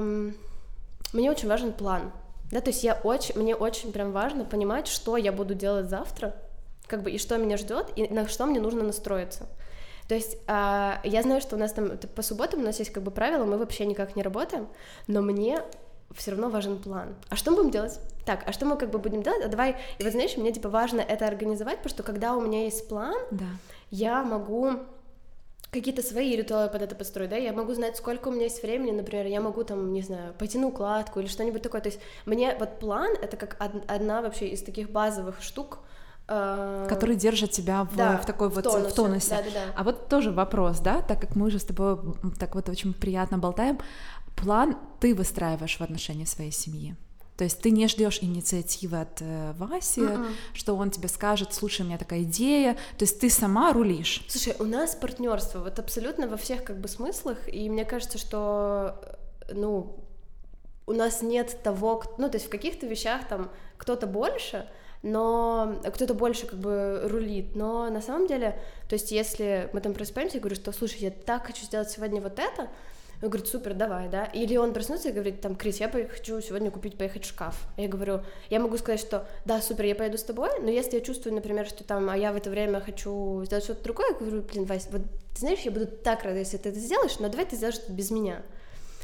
Speaker 2: мне очень важен план, да, то есть мне очень прям важно понимать, что я буду делать завтра, как бы, и что меня ждет, и на что мне нужно настроиться. То есть я знаю, что у нас там по субботам у нас есть как бы правило, мы вообще никак не работаем, но мне все равно важен план. А что мы будем делать? Так, а что мы как бы будем делать? А давай, и вот знаешь, мне типа важно это организовать, потому что когда у меня есть план, я могу какие-то свои ритуалы под это построить, да, я могу знать, сколько у меня есть времени, например, я могу там, не знаю, пойти на укладку или что-нибудь такое, то есть мне вот план — это как одна вообще из таких базовых штук,
Speaker 1: который держит тебя в такой вот в тонусе.
Speaker 2: Да.
Speaker 1: А вот тоже вопрос, да, так как мы уже с тобой так вот очень приятно болтаем, план ты выстраиваешь в отношении своей семьи. То есть ты не ждешь инициативы от Васи, что он тебе скажет, слушай, у меня такая идея, то есть ты сама рулишь.
Speaker 2: Слушай, у нас партнерство вот абсолютно во всех как бы смыслах, и мне кажется, что, ну, у нас нет того, ну, то есть в каких-то вещах там кто-то больше, но кто-то больше как бы рулит, но на самом деле, то есть если мы там просыпаемся, я говорю, что, слушай, я так хочу сделать сегодня вот это, он говорит, супер, давай, да, или он проснется и говорит, там, Крис, я хочу сегодня поехать в шкаф, я говорю, я могу сказать, что, да, супер, я поеду с тобой, но если я чувствую, например, что там, а я в это время хочу сделать что-то другое, я говорю, блин, Вась, вот, ты знаешь, я буду так рада, если ты это сделаешь, но давай ты сделаешь это без меня.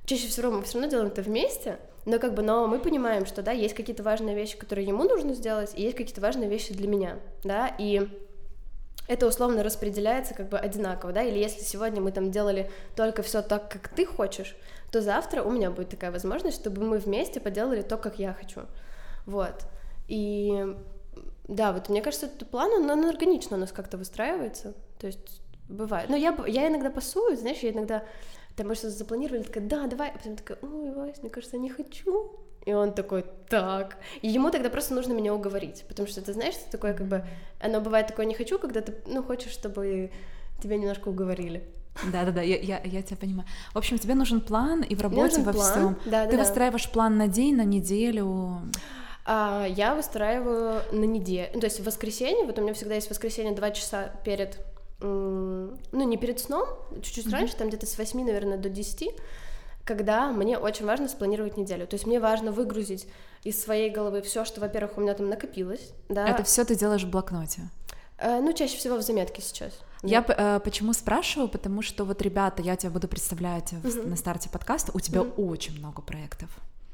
Speaker 2: чаще всего мы все равно делаем это вместе, но мы понимаем, что, да, есть какие-то важные вещи, которые ему нужно сделать, и есть какие-то важные вещи для меня, да, и это условно распределяется как бы одинаково, да, или если сегодня мы там делали только все так, как ты хочешь, то завтра у меня будет такая возможность, чтобы мы вместе поделали то, как я хочу, вот, и да, вот мне кажется, этот план, он органично у нас как-то выстраивается, то есть бывает, но я иногда пасую, знаешь, я иногда, там мы что-то запланировали, такая, да, давай, а потом такая, ой, Вась, мне кажется, я не хочу. И он такой, так. И ему тогда просто нужно меня уговорить, потому что ты знаешь, что такое, как бы, оно бывает такое не хочу, когда ты, хочешь, чтобы тебя немножко уговорили.
Speaker 1: Да, я тебя понимаю. В общем, тебе нужен план и в работе, во всем. Ты выстраиваешь план на день, на неделю?
Speaker 2: Я выстраиваю на неделю, то есть в воскресенье, вот у меня всегда есть в воскресенье 2 часа перед, не перед сном, чуть-чуть раньше, там где-то с 8, наверное, до 10, когда мне очень важно спланировать неделю. То есть мне важно выгрузить из своей головы все, что, во-первых, у меня там накопилось. Да.
Speaker 1: Это все ты делаешь в блокноте?
Speaker 2: Чаще всего в заметке сейчас.
Speaker 1: Я почему спрашиваю? Потому что вот, ребята, я тебя буду представлять на старте подкаста, у тебя очень много проектов.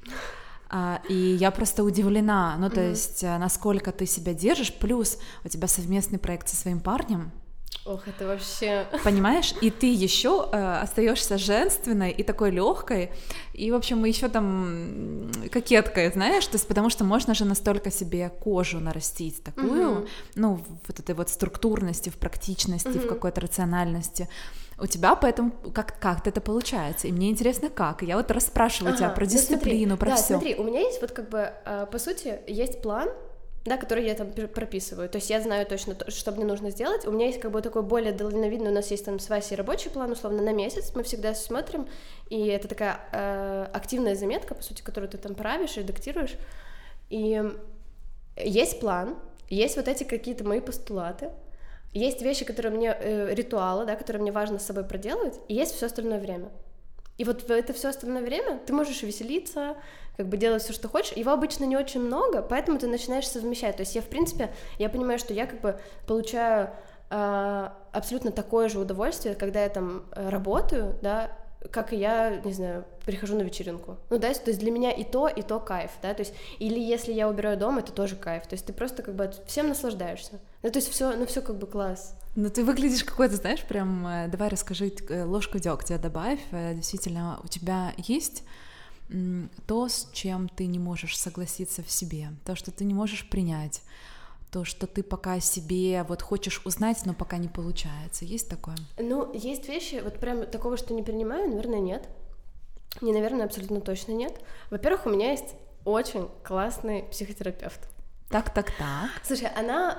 Speaker 1: И я просто удивлена, то есть насколько ты себя держишь, плюс у тебя совместный проект со своим парнем.
Speaker 2: Ох, это вообще...
Speaker 1: Понимаешь? И ты еще остаешься женственной и такой легкой, и, в общем, еще там кокеткой, знаешь, то есть потому что можно же настолько себе кожу нарастить такую, вот этой вот структурности, в практичности, в какой-то рациональности. У тебя поэтому как-то это получается, и мне интересно, как. И я вот расспрашиваю тебя про дисциплину, про все.
Speaker 2: Смотри, у меня есть вот как бы, по сути, есть план, да, который я там прописываю, то есть я знаю точно, что мне нужно сделать, у меня есть как бы такой более дальновидный, у нас есть там с Васей рабочий план, условно, на месяц, мы всегда смотрим, и это такая активная заметка, по сути, которую ты там правишь, редактируешь, и есть план, есть вот эти какие-то мои постулаты, есть вещи, которые мне, ритуалы, да, которые мне важно с собой проделывать, и есть все остальное время. И вот в это все остальное время ты можешь веселиться, как бы делать все, что хочешь. Его обычно не очень много, поэтому ты начинаешь совмещать. То есть я, в принципе, я понимаю, что я как бы получаю абсолютно такое же удовольствие, когда я там работаю, да, как и я, не знаю, прихожу на вечеринку. То есть для меня и то кайф, да, то есть, или если я убираю дом, это тоже кайф, то есть ты просто как бы всем наслаждаешься. То есть все как бы класс.
Speaker 1: Ты выглядишь какой-то, знаешь, прям, давай расскажи, ложку дегтя добавь, действительно, у тебя есть то, с чем ты не можешь согласиться в себе, то, что ты не можешь принять, то, что ты пока себе вот хочешь узнать, но пока не получается. Есть такое?
Speaker 2: Есть вещи, вот прям такого, что не принимаю, наверное, нет. Не, наверное, абсолютно точно нет. Во-первых, у меня есть очень классный психотерапевт.
Speaker 1: Так.
Speaker 2: Слушай,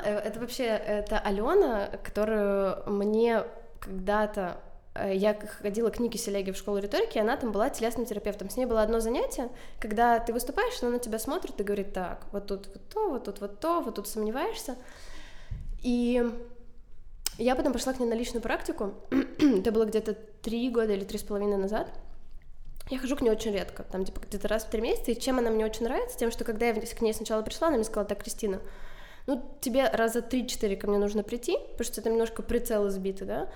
Speaker 2: это Алена, которую мне когда-то... Я ходила к Нике Селеге в школу риторики, и она там была телесным терапевтом. С ней было одно занятие, когда ты выступаешь, она на тебя смотрит и говорит: так, вот тут вот то, вот тут вот то, вот тут сомневаешься. И я потом пошла к ней на личную практику, это было где-то 3 года или 3,5 назад. Я хожу к ней очень редко, там типа где-то раз в 3 месяца, и чем она мне очень нравится, тем, что когда я к ней сначала пришла, она мне сказала: так, Кристина, тебе раза 3-4 ко мне нужно прийти, потому что это немножко прицел избитый, да,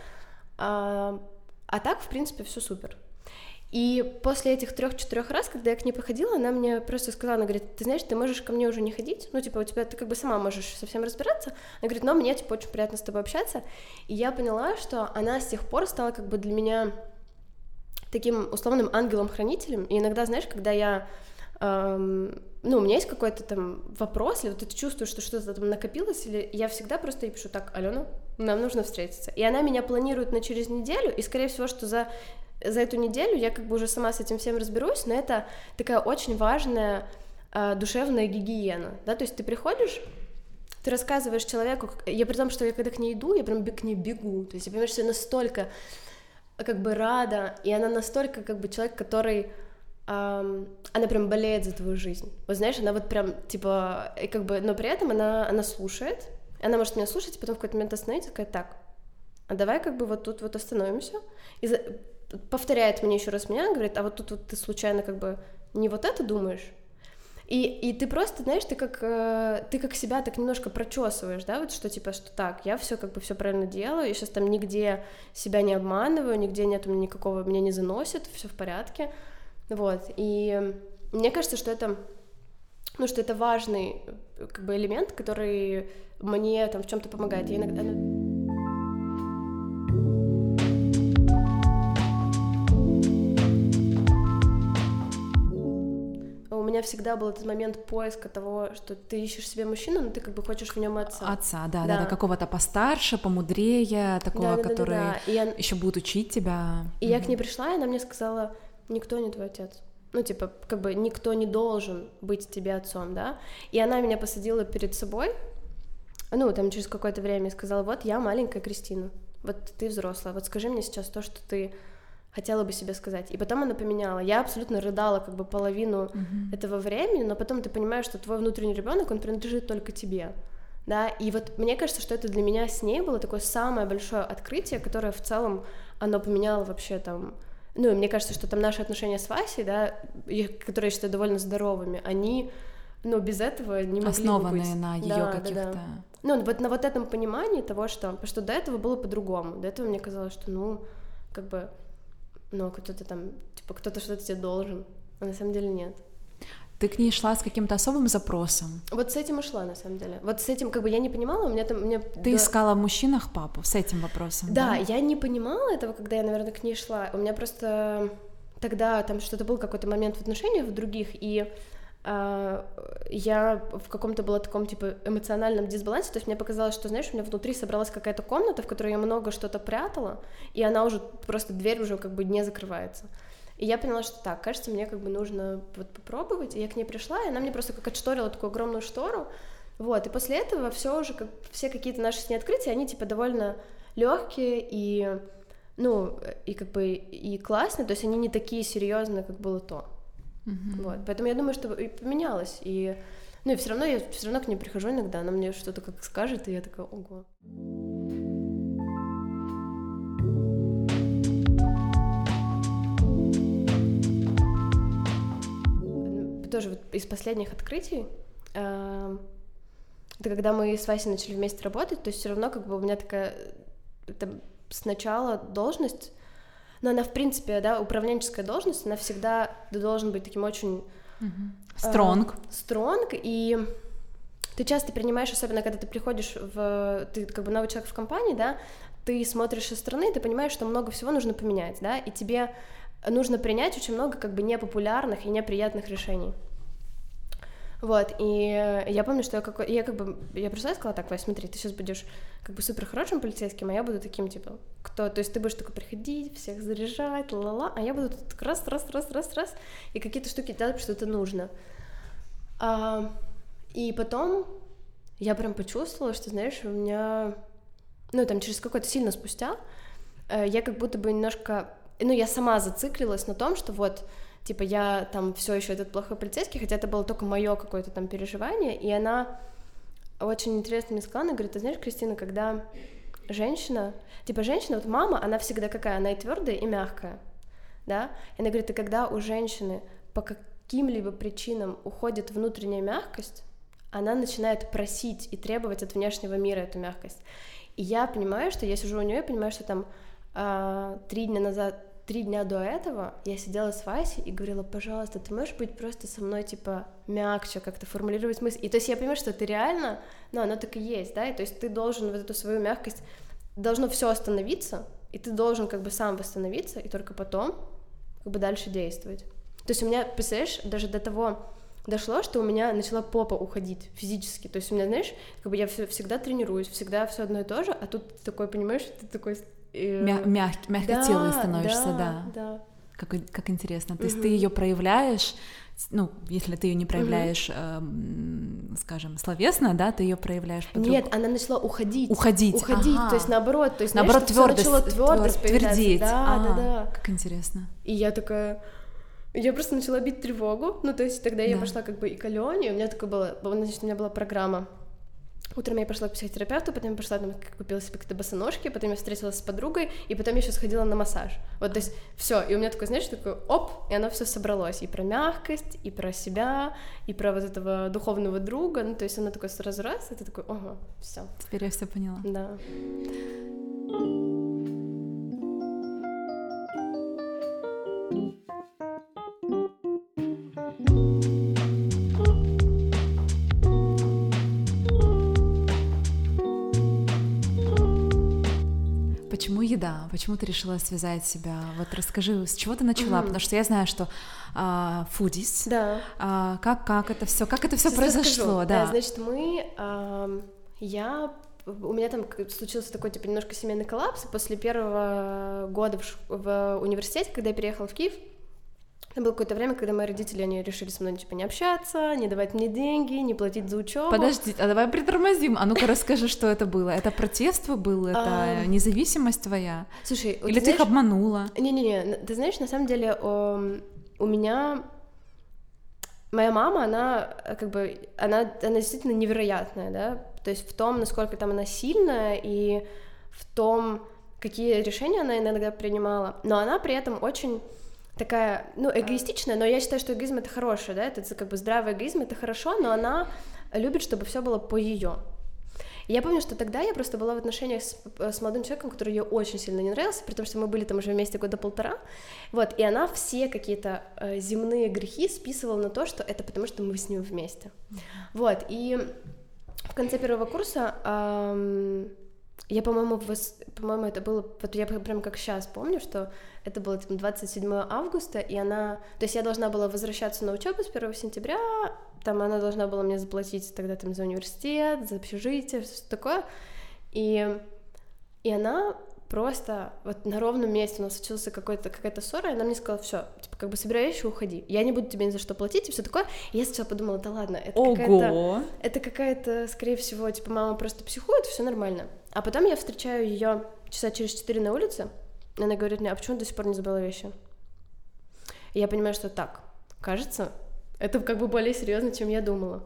Speaker 2: а так, в принципе, все супер. И после этих 3-4 раз, когда я к ней походила, она мне просто сказала, она говорит: ты знаешь, ты можешь ко мне уже не ходить, у тебя ты как бы сама можешь совсем разбираться. Она говорит: но мне очень приятно с тобой общаться. И я поняла, что она с тех пор стала как бы для меня таким условным ангелом-хранителем. И иногда, знаешь, когда я... у меня есть какой-то там вопрос, или вот ты чувствуешь, что что-то там накопилось, или я всегда просто ей пишу: так, Алена, нам нужно встретиться. И она меня планирует на через неделю, и, скорее всего, что за эту неделю я как бы уже сама с этим всем разберусь, но это такая очень важная душевная гигиена, да, то есть ты приходишь, ты рассказываешь человеку, при том, что я когда к ней иду, я прям к ней бегу, то есть я понимаю, что я настолько как бы рада, и она настолько как бы человек, который... она прям болеет за твою жизнь. Вот знаешь, она вот прям, типа, как бы, но при этом она слушает, она может меня слушать, и потом в какой-то момент остановится, такая: так, а давай как бы вот тут вот остановимся, и повторяет мне еще раз меня, говорит: а вот тут вот ты случайно как бы не вот это думаешь? И ты просто, знаешь, ты как себя так немножко прочесываешь, да, вот что типа, что так, я все как бы все правильно делаю, я сейчас там нигде себя не обманываю, нигде нет у меня никакого, меня не заносит, все в порядке. Вот, и мне кажется, что это, ну, что это важный, как бы, элемент, который мне там в чем-то помогает. Я иногда... У меня всегда был этот момент поиска того, что ты ищешь себе мужчину, но ты как бы хочешь в нем отца.
Speaker 1: Отца, да, какого-то постарше, помудрее, такого, который еще будет учить тебя.
Speaker 2: И я к ней пришла, и она мне сказала: никто не твой отец. Ну, типа, как бы никто не должен быть тебе отцом, да. И она меня посадила перед собой, ну, там, через какое-то время, и сказала: вот я маленькая Кристина, вот ты взрослая, вот скажи мне сейчас то, что ты хотела бы себе сказать. И потом она поменяла. Я абсолютно рыдала как бы половину этого времени, но потом ты понимаешь, что твой внутренний ребенок, он принадлежит только тебе, да, и вот мне кажется, что это для меня с ней было такое самое большое открытие, которое в целом, оно поменяло вообще там, ну, и мне кажется, что там наши отношения с Васей, да, которые я считаю довольно здоровыми, они, ну, без этого не могли
Speaker 1: основанные
Speaker 2: бы быть.
Speaker 1: на ее каких-то...
Speaker 2: Ну, вот на вот этом понимании того, что до этого было по-другому, до этого мне казалось, что, ну, как бы, ну, кто-то там, типа, кто-то что-то тебе должен, а на самом деле нет.
Speaker 1: Ты к ней шла с каким-то особым запросом?
Speaker 2: Вот с этим и шла, на самом деле. Вот с этим, как бы, я не понимала, у меня там...
Speaker 1: Ты искала в мужчинах папу с этим вопросом,
Speaker 2: да? Да, я не понимала этого, когда я, наверное, к ней шла. У меня просто тогда там что-то был какой-то момент в отношениях в других, и я в каком-то была таком, типа, эмоциональном дисбалансе, то есть мне показалось, что, знаешь, у меня внутри собралась какая-то комната, в которой я много что-то прятала, и она уже, просто дверь уже как бы не закрывается. И я поняла, что так, кажется, мне как бы нужно вот попробовать, и я к ней пришла, и она мне просто как отшторила такую огромную штору, вот, и после этого все уже, как, все какие-то наши с ней открытия, они, типа, довольно легкие и, ну, и как бы, и классные, то есть они не такие серьезные, как было то. Вот, поэтому я думаю, что и поменялось, и, ну, и все равно я все равно к ней прихожу иногда, она мне что-то как скажет, и я такая: ого. Тоже вот из последних открытий, это когда мы с Васей начали вместе работать, то есть все равно как бы у меня такая, это сначала должность, но она, в принципе, да, управленческая должность, она всегда должен быть таким очень...
Speaker 1: Стронг.
Speaker 2: И ты часто принимаешь, особенно когда ты приходишь ты как бы новый человек в компании, да, ты смотришь со стороны, ты понимаешь, что много всего нужно поменять, да, и тебе нужно принять очень много как бы непопулярных и неприятных решений. Вот, и я помню, что я пришла и сказала: так, Вась, смотри, ты сейчас будешь как бы супер хорошим полицейским, а я буду таким, типа, то есть ты будешь такой приходить, всех заряжать, ла-ла-ла, а я буду тут раз, и какие-то штуки делать, что это нужно. И потом я прям почувствовала, что, знаешь, у меня, ну, там, через какое-то сильно спустя, я как будто бы немножко, ну, я сама зациклилась на том, что вот, типа, я там все еще этот плохой полицейский, хотя это было только мое какое-то там переживание, и она очень интересно мне сказала, она говорит: ты знаешь, Кристина, когда женщина, вот мама, она всегда какая, она и твердая, и мягкая, да, и она говорит: и когда у женщины по каким-либо причинам уходит внутренняя мягкость, она начинает просить и требовать от внешнего мира эту мягкость. И я понимаю, что я сижу у нее, и понимаю, что там 3 дня до этого я сидела с Васей и говорила: пожалуйста, ты можешь быть просто со мной, типа, мягче, как-то формулировать мысли. И то есть я понимаю, что ты реально, ну, оно так и есть, да, и то есть ты должен вот эту свою мягкость, должно все остановиться, и ты должен как бы сам восстановиться, и только потом как бы дальше действовать. То есть у меня, представляешь, даже до того дошло, что у меня начала попа уходить физически. То есть у меня, знаешь, как бы я всегда тренируюсь, всегда все одно и то же, а тут ты такой, понимаешь, ты такой...
Speaker 1: Мягкотелый становишься, да. Как интересно. То есть ты ее проявляешь, ну, если ты ее не проявляешь, скажем, словесно, да, ты ее проявляешь по-другому.
Speaker 2: Нет, она начала уходить.
Speaker 1: Ага.
Speaker 2: То есть наоборот,
Speaker 1: наоборот,
Speaker 2: твердость
Speaker 1: твердеть.
Speaker 2: Да.
Speaker 1: Как интересно.
Speaker 2: И я такая... Я просто начала бить тревогу, ну, то есть тогда я пошла как бы и к Алене, у меня такое было, значит, у меня была программа. Утром я пошла к психотерапевту, потом я пошла, там, купила себе какие-то босоножки, потом я встретилась с подругой, и потом я еще сходила на массаж. Вот, то есть все, и у меня такое, знаешь, такое оп, и оно все собралось, и про мягкость, и про себя, и про вот этого духовного друга, ну, то есть оно такое сразу раз, и ты такой: ого, все.
Speaker 1: Теперь я все поняла.
Speaker 2: Да.
Speaker 1: почему еда? Почему ты решила связать себя? Вот расскажи, с чего ты начала? Потому что я знаю, что фудис.
Speaker 2: Да.
Speaker 1: Как это все произошло? Да.
Speaker 2: Значит, у меня там случился такой, типа, немножко семейный коллапс. После первого года в университете, когда я переехала в Киев, это было какое-то время, когда мои родители, они решили со мной, типа, не общаться, не давать мне деньги, не платить за учебу.
Speaker 1: Подожди, а давай притормозим. А ну-ка расскажи, что это было. Это протест был? Это независимость твоя?
Speaker 2: Слушай,
Speaker 1: или ты их обманула?
Speaker 2: Не-не-не, ты знаешь, на самом деле у меня... Моя мама, она действительно невероятная, да, то есть в том, насколько там она сильная, и в том, какие решения она иногда принимала, но она при этом очень такая, эгоистичная, но я считаю, что эгоизм — это хорошее, да, это как бы здравый эгоизм, это хорошо, но она любит, чтобы все было по ее. Я помню, что тогда я просто была в отношениях с молодым человеком, который ей очень сильно не нравился, при том, что мы были там уже вместе года полтора, вот, и она все какие-то земные грехи списывала на то, что это потому, что мы с ним вместе, вот, и в конце первого курса я, по-моему, это было, вот я прям как сейчас помню, что это было там 27 августа, и то есть я должна была возвращаться на учебу с 1 сентября, там она должна была мне заплатить тогда там за университет, за общежитие, все такое, и она просто вот на ровном месте у нас случилась какая-то ссора, и она мне сказала: все, типа, как бы собирай вещи, уходи, я не буду тебе ни за что платить и все такое. И я сначала подумала: да ладно, это какая-то, скорее всего, типа, мама просто психует, все нормально. А потом я встречаю ее часа через 4 на улице, и она говорит мне: а почему ты до сих пор не забыла вещи? И я понимаю, что так, кажется, это как бы более серьезно, чем я думала.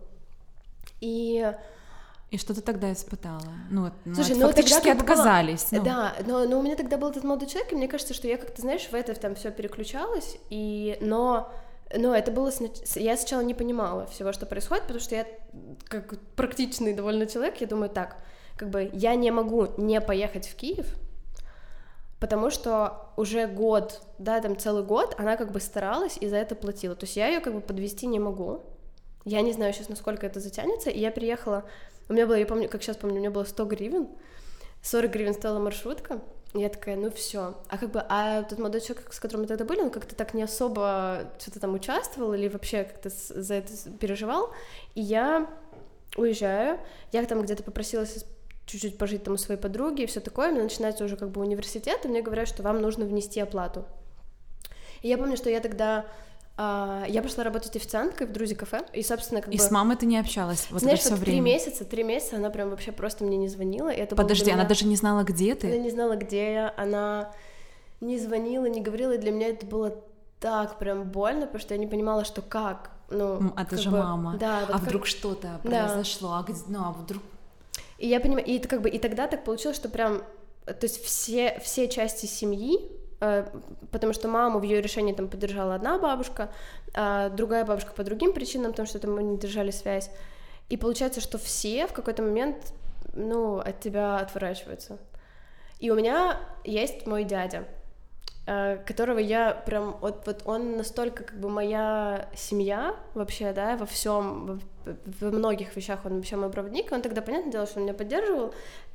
Speaker 2: И
Speaker 1: что ты тогда испытала?
Speaker 2: Слушай,
Speaker 1: фактически отказались.
Speaker 2: Да, но у меня тогда был этот молодой человек, и мне кажется, что я как-то, знаешь, в это там все переключалась, но это было... Я сначала не понимала всего, что происходит, потому что я, как практичный довольно человек, я думаю, так, как бы я не могу не поехать в Киев, потому что уже год, да, там целый год она как бы старалась и за это платила, то есть я ее как бы подвести не могу, я не знаю сейчас, насколько это затянется, и я приехала... У меня было, я помню, как сейчас помню, у меня было 100 гривен, 40 гривен стоила маршрутка, и я такая: ну все. А тот молодой человек, с которым мы тогда были, он как-то так не особо что-то там участвовал или вообще как-то за это переживал, и я уезжаю, я там где-то попросилась чуть-чуть пожить там у своей подруги и все такое, у меня начинается уже как бы университет, и мне говорят, что вам нужно внести оплату. И я помню, что я тогда... Я пошла работать официанткой в Друзи кафе, и, собственно, как бы...
Speaker 1: И с мамой ты не общалась вот
Speaker 2: знаешь,
Speaker 1: это всё
Speaker 2: вот
Speaker 1: время?
Speaker 2: 3 месяца она прям вообще просто мне не звонила, и это
Speaker 1: Подожди,
Speaker 2: было
Speaker 1: она даже не знала, где ты?
Speaker 2: Она не знала, где я, она не звонила, не говорила, и для меня это было так прям больно, потому что я не понимала, что как,
Speaker 1: это же мама,
Speaker 2: да, вот
Speaker 1: вдруг что-то произошло, а вдруг...
Speaker 2: И я понимаю, и это как бы, и тогда так получилось, что прям, то есть все части семьи, потому что маму в ее решении там поддержала одна бабушка, а другая бабушка по другим причинам, потому что там мы не держали связь. И получается, что все в какой-то момент, от тебя отворачиваются. И у меня есть мой дядя, которого я прям, вот он настолько как бы моя семья вообще, да, во всем, во многих вещах он вообще мой проводник, и он тогда, понятное дело, что он меня поддерживал,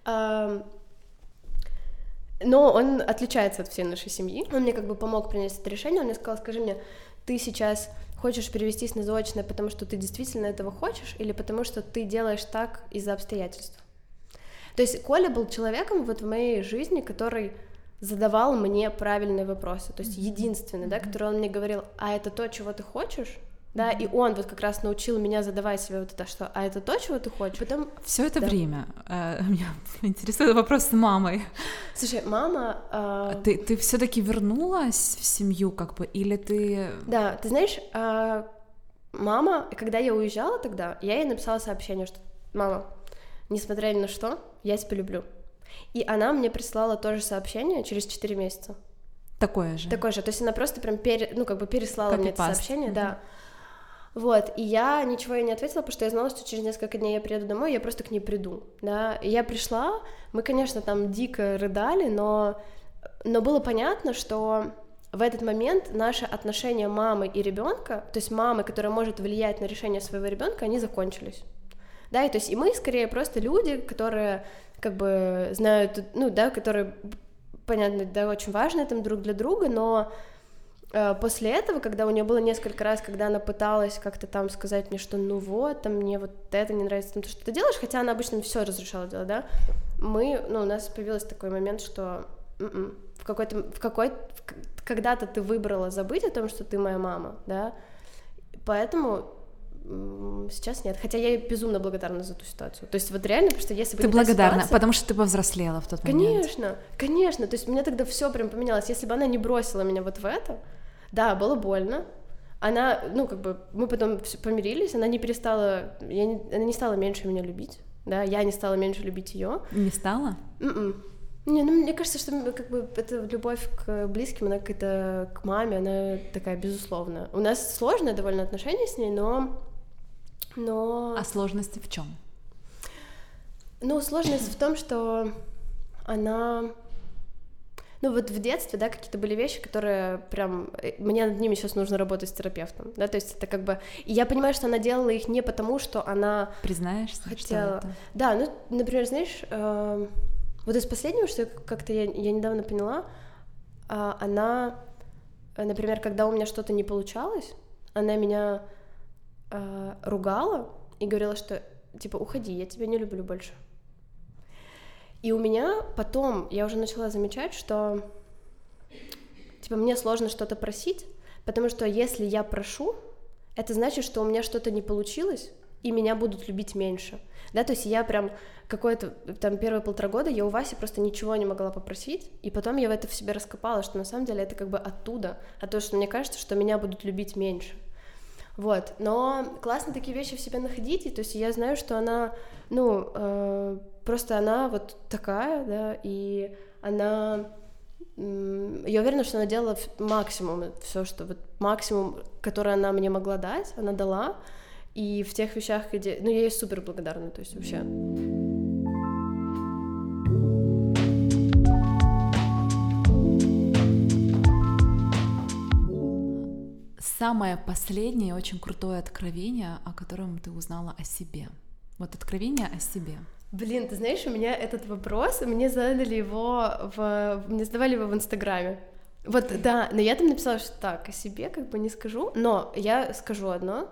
Speaker 2: но он отличается от всей нашей семьи. Он мне как бы помог принять это решение. Он мне сказал: скажи мне, ты сейчас хочешь перевестись на заочное, потому что ты действительно этого хочешь, или потому что ты делаешь так из-за обстоятельств? То есть Коля был человеком вот в моей жизни, который задавал мне правильные вопросы. То есть единственный, да, который он мне говорил: а это то, чего ты хочешь? Да, и он вот как раз научил меня задавать себе вот это, что «а это то, чего ты хочешь?» Потом...
Speaker 1: Все это время меня интересует вопрос с мамой.
Speaker 2: Слушай, мама...
Speaker 1: Ты все-таки вернулась в семью, как бы, или ты...
Speaker 2: Да, ты знаешь, мама, когда я уезжала тогда, я ей написала сообщение, что: мама, несмотря ни на что, я тебя люблю. И она мне прислала тоже сообщение через 4 месяца.
Speaker 1: Такое же?
Speaker 2: Такое же, то есть она просто прям переслала мне это сообщение, да. Вот, и я ничего ей не ответила, потому что я знала, что через несколько дней я приеду домой, и я просто к ней приду, да. И я пришла, мы, конечно, там дико рыдали, но было понятно, что в этот момент наши отношения мамы и ребенка, то есть мамы, которая может влиять на решение своего ребенка, они закончились. Да, и то есть и мы скорее просто люди, которые как бы знают, которые понятно, да, очень важны там друг для друга, но после этого, когда у нее было несколько раз, когда она пыталась как-то там сказать мне, что ну вот, там мне вот это не нравится, там, то, что ты делаешь, хотя она обычно все разрешала делать, да, у нас появился такой момент, что когда-то ты выбрала забыть о том, что ты моя мама, да, поэтому сейчас нет, хотя я ей безумно благодарна за ту ситуацию, то есть вот реально, потому что если бы
Speaker 1: ты благодарна,
Speaker 2: ситуация...
Speaker 1: потому что ты повзрослела в тот момент.
Speaker 2: Конечно, то есть у меня тогда все прям поменялось, если бы она не бросила меня вот в это, да, было больно, она, мы потом помирились, она не перестала, она не стала меньше меня любить, да, я не стала меньше любить ее.
Speaker 1: Не стала?
Speaker 2: Не, мне кажется, что как бы эта любовь к близким, она какая-то к маме, она такая безусловная. У нас сложное довольно отношение с ней, но...
Speaker 1: А сложности в чем?
Speaker 2: Сложность в том, что она... вот в детстве, да, какие-то были вещи, которые прям... Мне над ними сейчас нужно работать с терапевтом, да, то есть это как бы... И я понимаю, что она делала их не потому, что она...
Speaker 1: Признаешься,
Speaker 2: хотела...
Speaker 1: что это?
Speaker 2: Да, например, знаешь, вот из последнего, что как-то я недавно поняла, она, например, когда у меня что-то не получалось, она меня ругала и говорила, что, типа, уходи, я тебя не люблю больше. И у меня потом, я уже начала замечать, что, типа, мне сложно что-то просить, потому что если я прошу, это значит, что у меня что-то не получилось, и меня будут любить меньше, да, то есть я прям какое-то, там, первые 1,5 года я у Васи просто ничего не могла попросить, и потом я это в себе раскопала, что на самом деле это как бы оттуда, то, что мне кажется, что меня будут любить меньше. Вот, но классно такие вещи в себе находить, и то есть я знаю, что она, просто она вот такая, да, и она, я уверена, что она делала максимум, все, что вот максимум, который она мне могла дать, она дала, и в тех вещах, где, я ей супер благодарна, то есть вообще.
Speaker 1: Самое последнее очень крутое откровение, о котором ты узнала о себе. Вот откровение о себе.
Speaker 2: Блин, ты знаешь, у меня этот вопрос, мне задавали его в Инстаграме. Вот, да, но я там написала, что так, о себе как бы не скажу, но я скажу одно.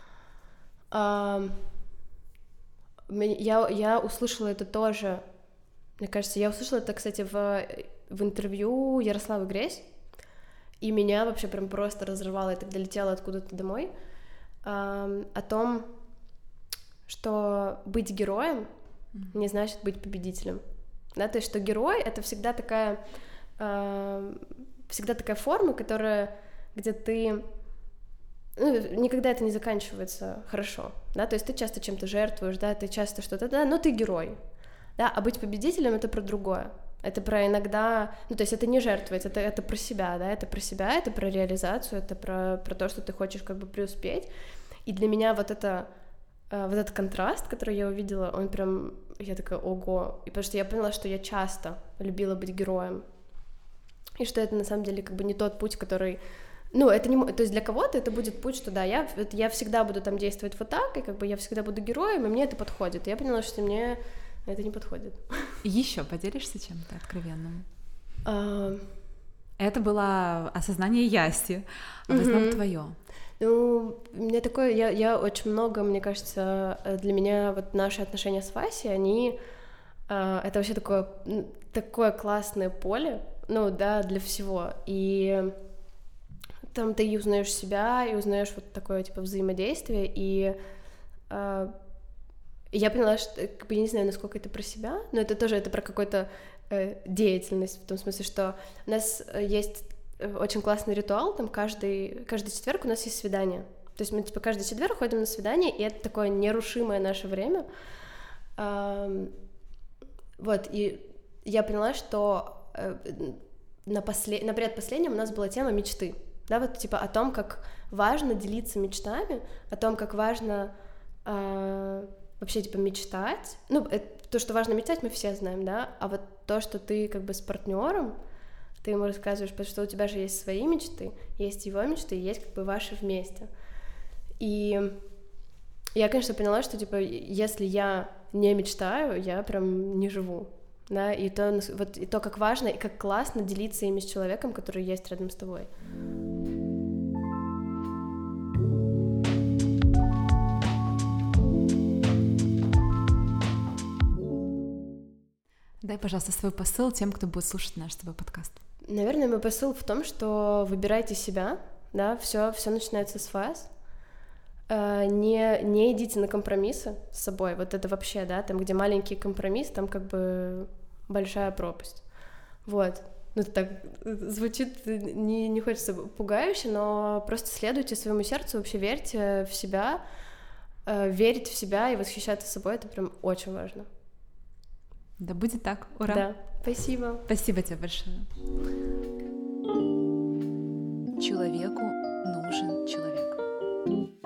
Speaker 2: Я услышала это тоже, мне кажется, я услышала это, кстати, в интервью Ярославы Гресь, и меня вообще прям просто разрывало, я тогда летела откуда-то домой, о том, что быть героем не значит быть победителем, да, то есть что герой — это всегда такая форма, где ты... никогда это не заканчивается хорошо, да, то есть ты часто чем-то жертвуешь, да, ты часто что-то, да, но ты герой, да, а быть победителем — это про другое, это про иногда, то есть это не жертвовать, это про себя, да, это про реализацию, это про то, что ты хочешь как бы преуспеть, и для меня вот этот контраст, который я увидела, он прям, я такая, ого, и потому что я поняла, что я часто любила быть героем, и что это на самом деле как бы не тот путь, который... это не... То есть для кого-то это будет путь, что да, я всегда буду там действовать вот так, и как бы я всегда буду героем, и мне это подходит. И я поняла, что мне это не подходит.
Speaker 1: Еще поделишься чем-то откровенным? Это было осознание Яси, а в основном твое.
Speaker 2: Мне такое, я очень много, мне кажется, для меня вот наши отношения с Васей, они... Это вообще такое классное поле, для всего. И... там ты и узнаешь себя, и узнаешь вот такое, типа, взаимодействие, и я поняла, что, как бы, я не знаю, насколько это про себя, но это тоже, это про какую-то деятельность, в том смысле, что у нас есть очень классный ритуал, там каждый четверг у нас есть свидание, то есть мы, типа, каждый четверг ходим на свидание, и это такое нерушимое наше время, вот, и я поняла, что на предпоследнем у нас была тема мечты. Да, вот типа о том, как важно делиться мечтами, о том, как важно вообще типа мечтать. То, что важно мечтать, мы все знаем, да, а вот то, что ты как бы с партнером, ты ему рассказываешь, потому что у тебя же есть свои мечты, есть его мечты, есть как бы ваши вместе. И я, конечно, поняла, что типа если я не мечтаю, я прям не живу. да, и то, вот, и то, как важно и как классно делиться ими с человеком, который есть рядом с тобой.
Speaker 1: Дай, пожалуйста, свой посыл тем, кто будет слушать наш с тобой подкаст.
Speaker 2: Наверное, мой посыл в том, что выбирайте себя, да, все начинается с вас. Не идите на компромиссы с собой, вот это вообще, да, там, где маленький компромисс, там как бы большая пропасть, вот. Ну, это так звучит, не хочется пугающе, но просто следуйте своему сердцу, вообще верьте в себя, верить в себя и восхищаться собой, это прям очень важно.
Speaker 1: Да будет так, ура!
Speaker 2: Да, спасибо.
Speaker 1: Спасибо тебе большое. Человеку нужен человек.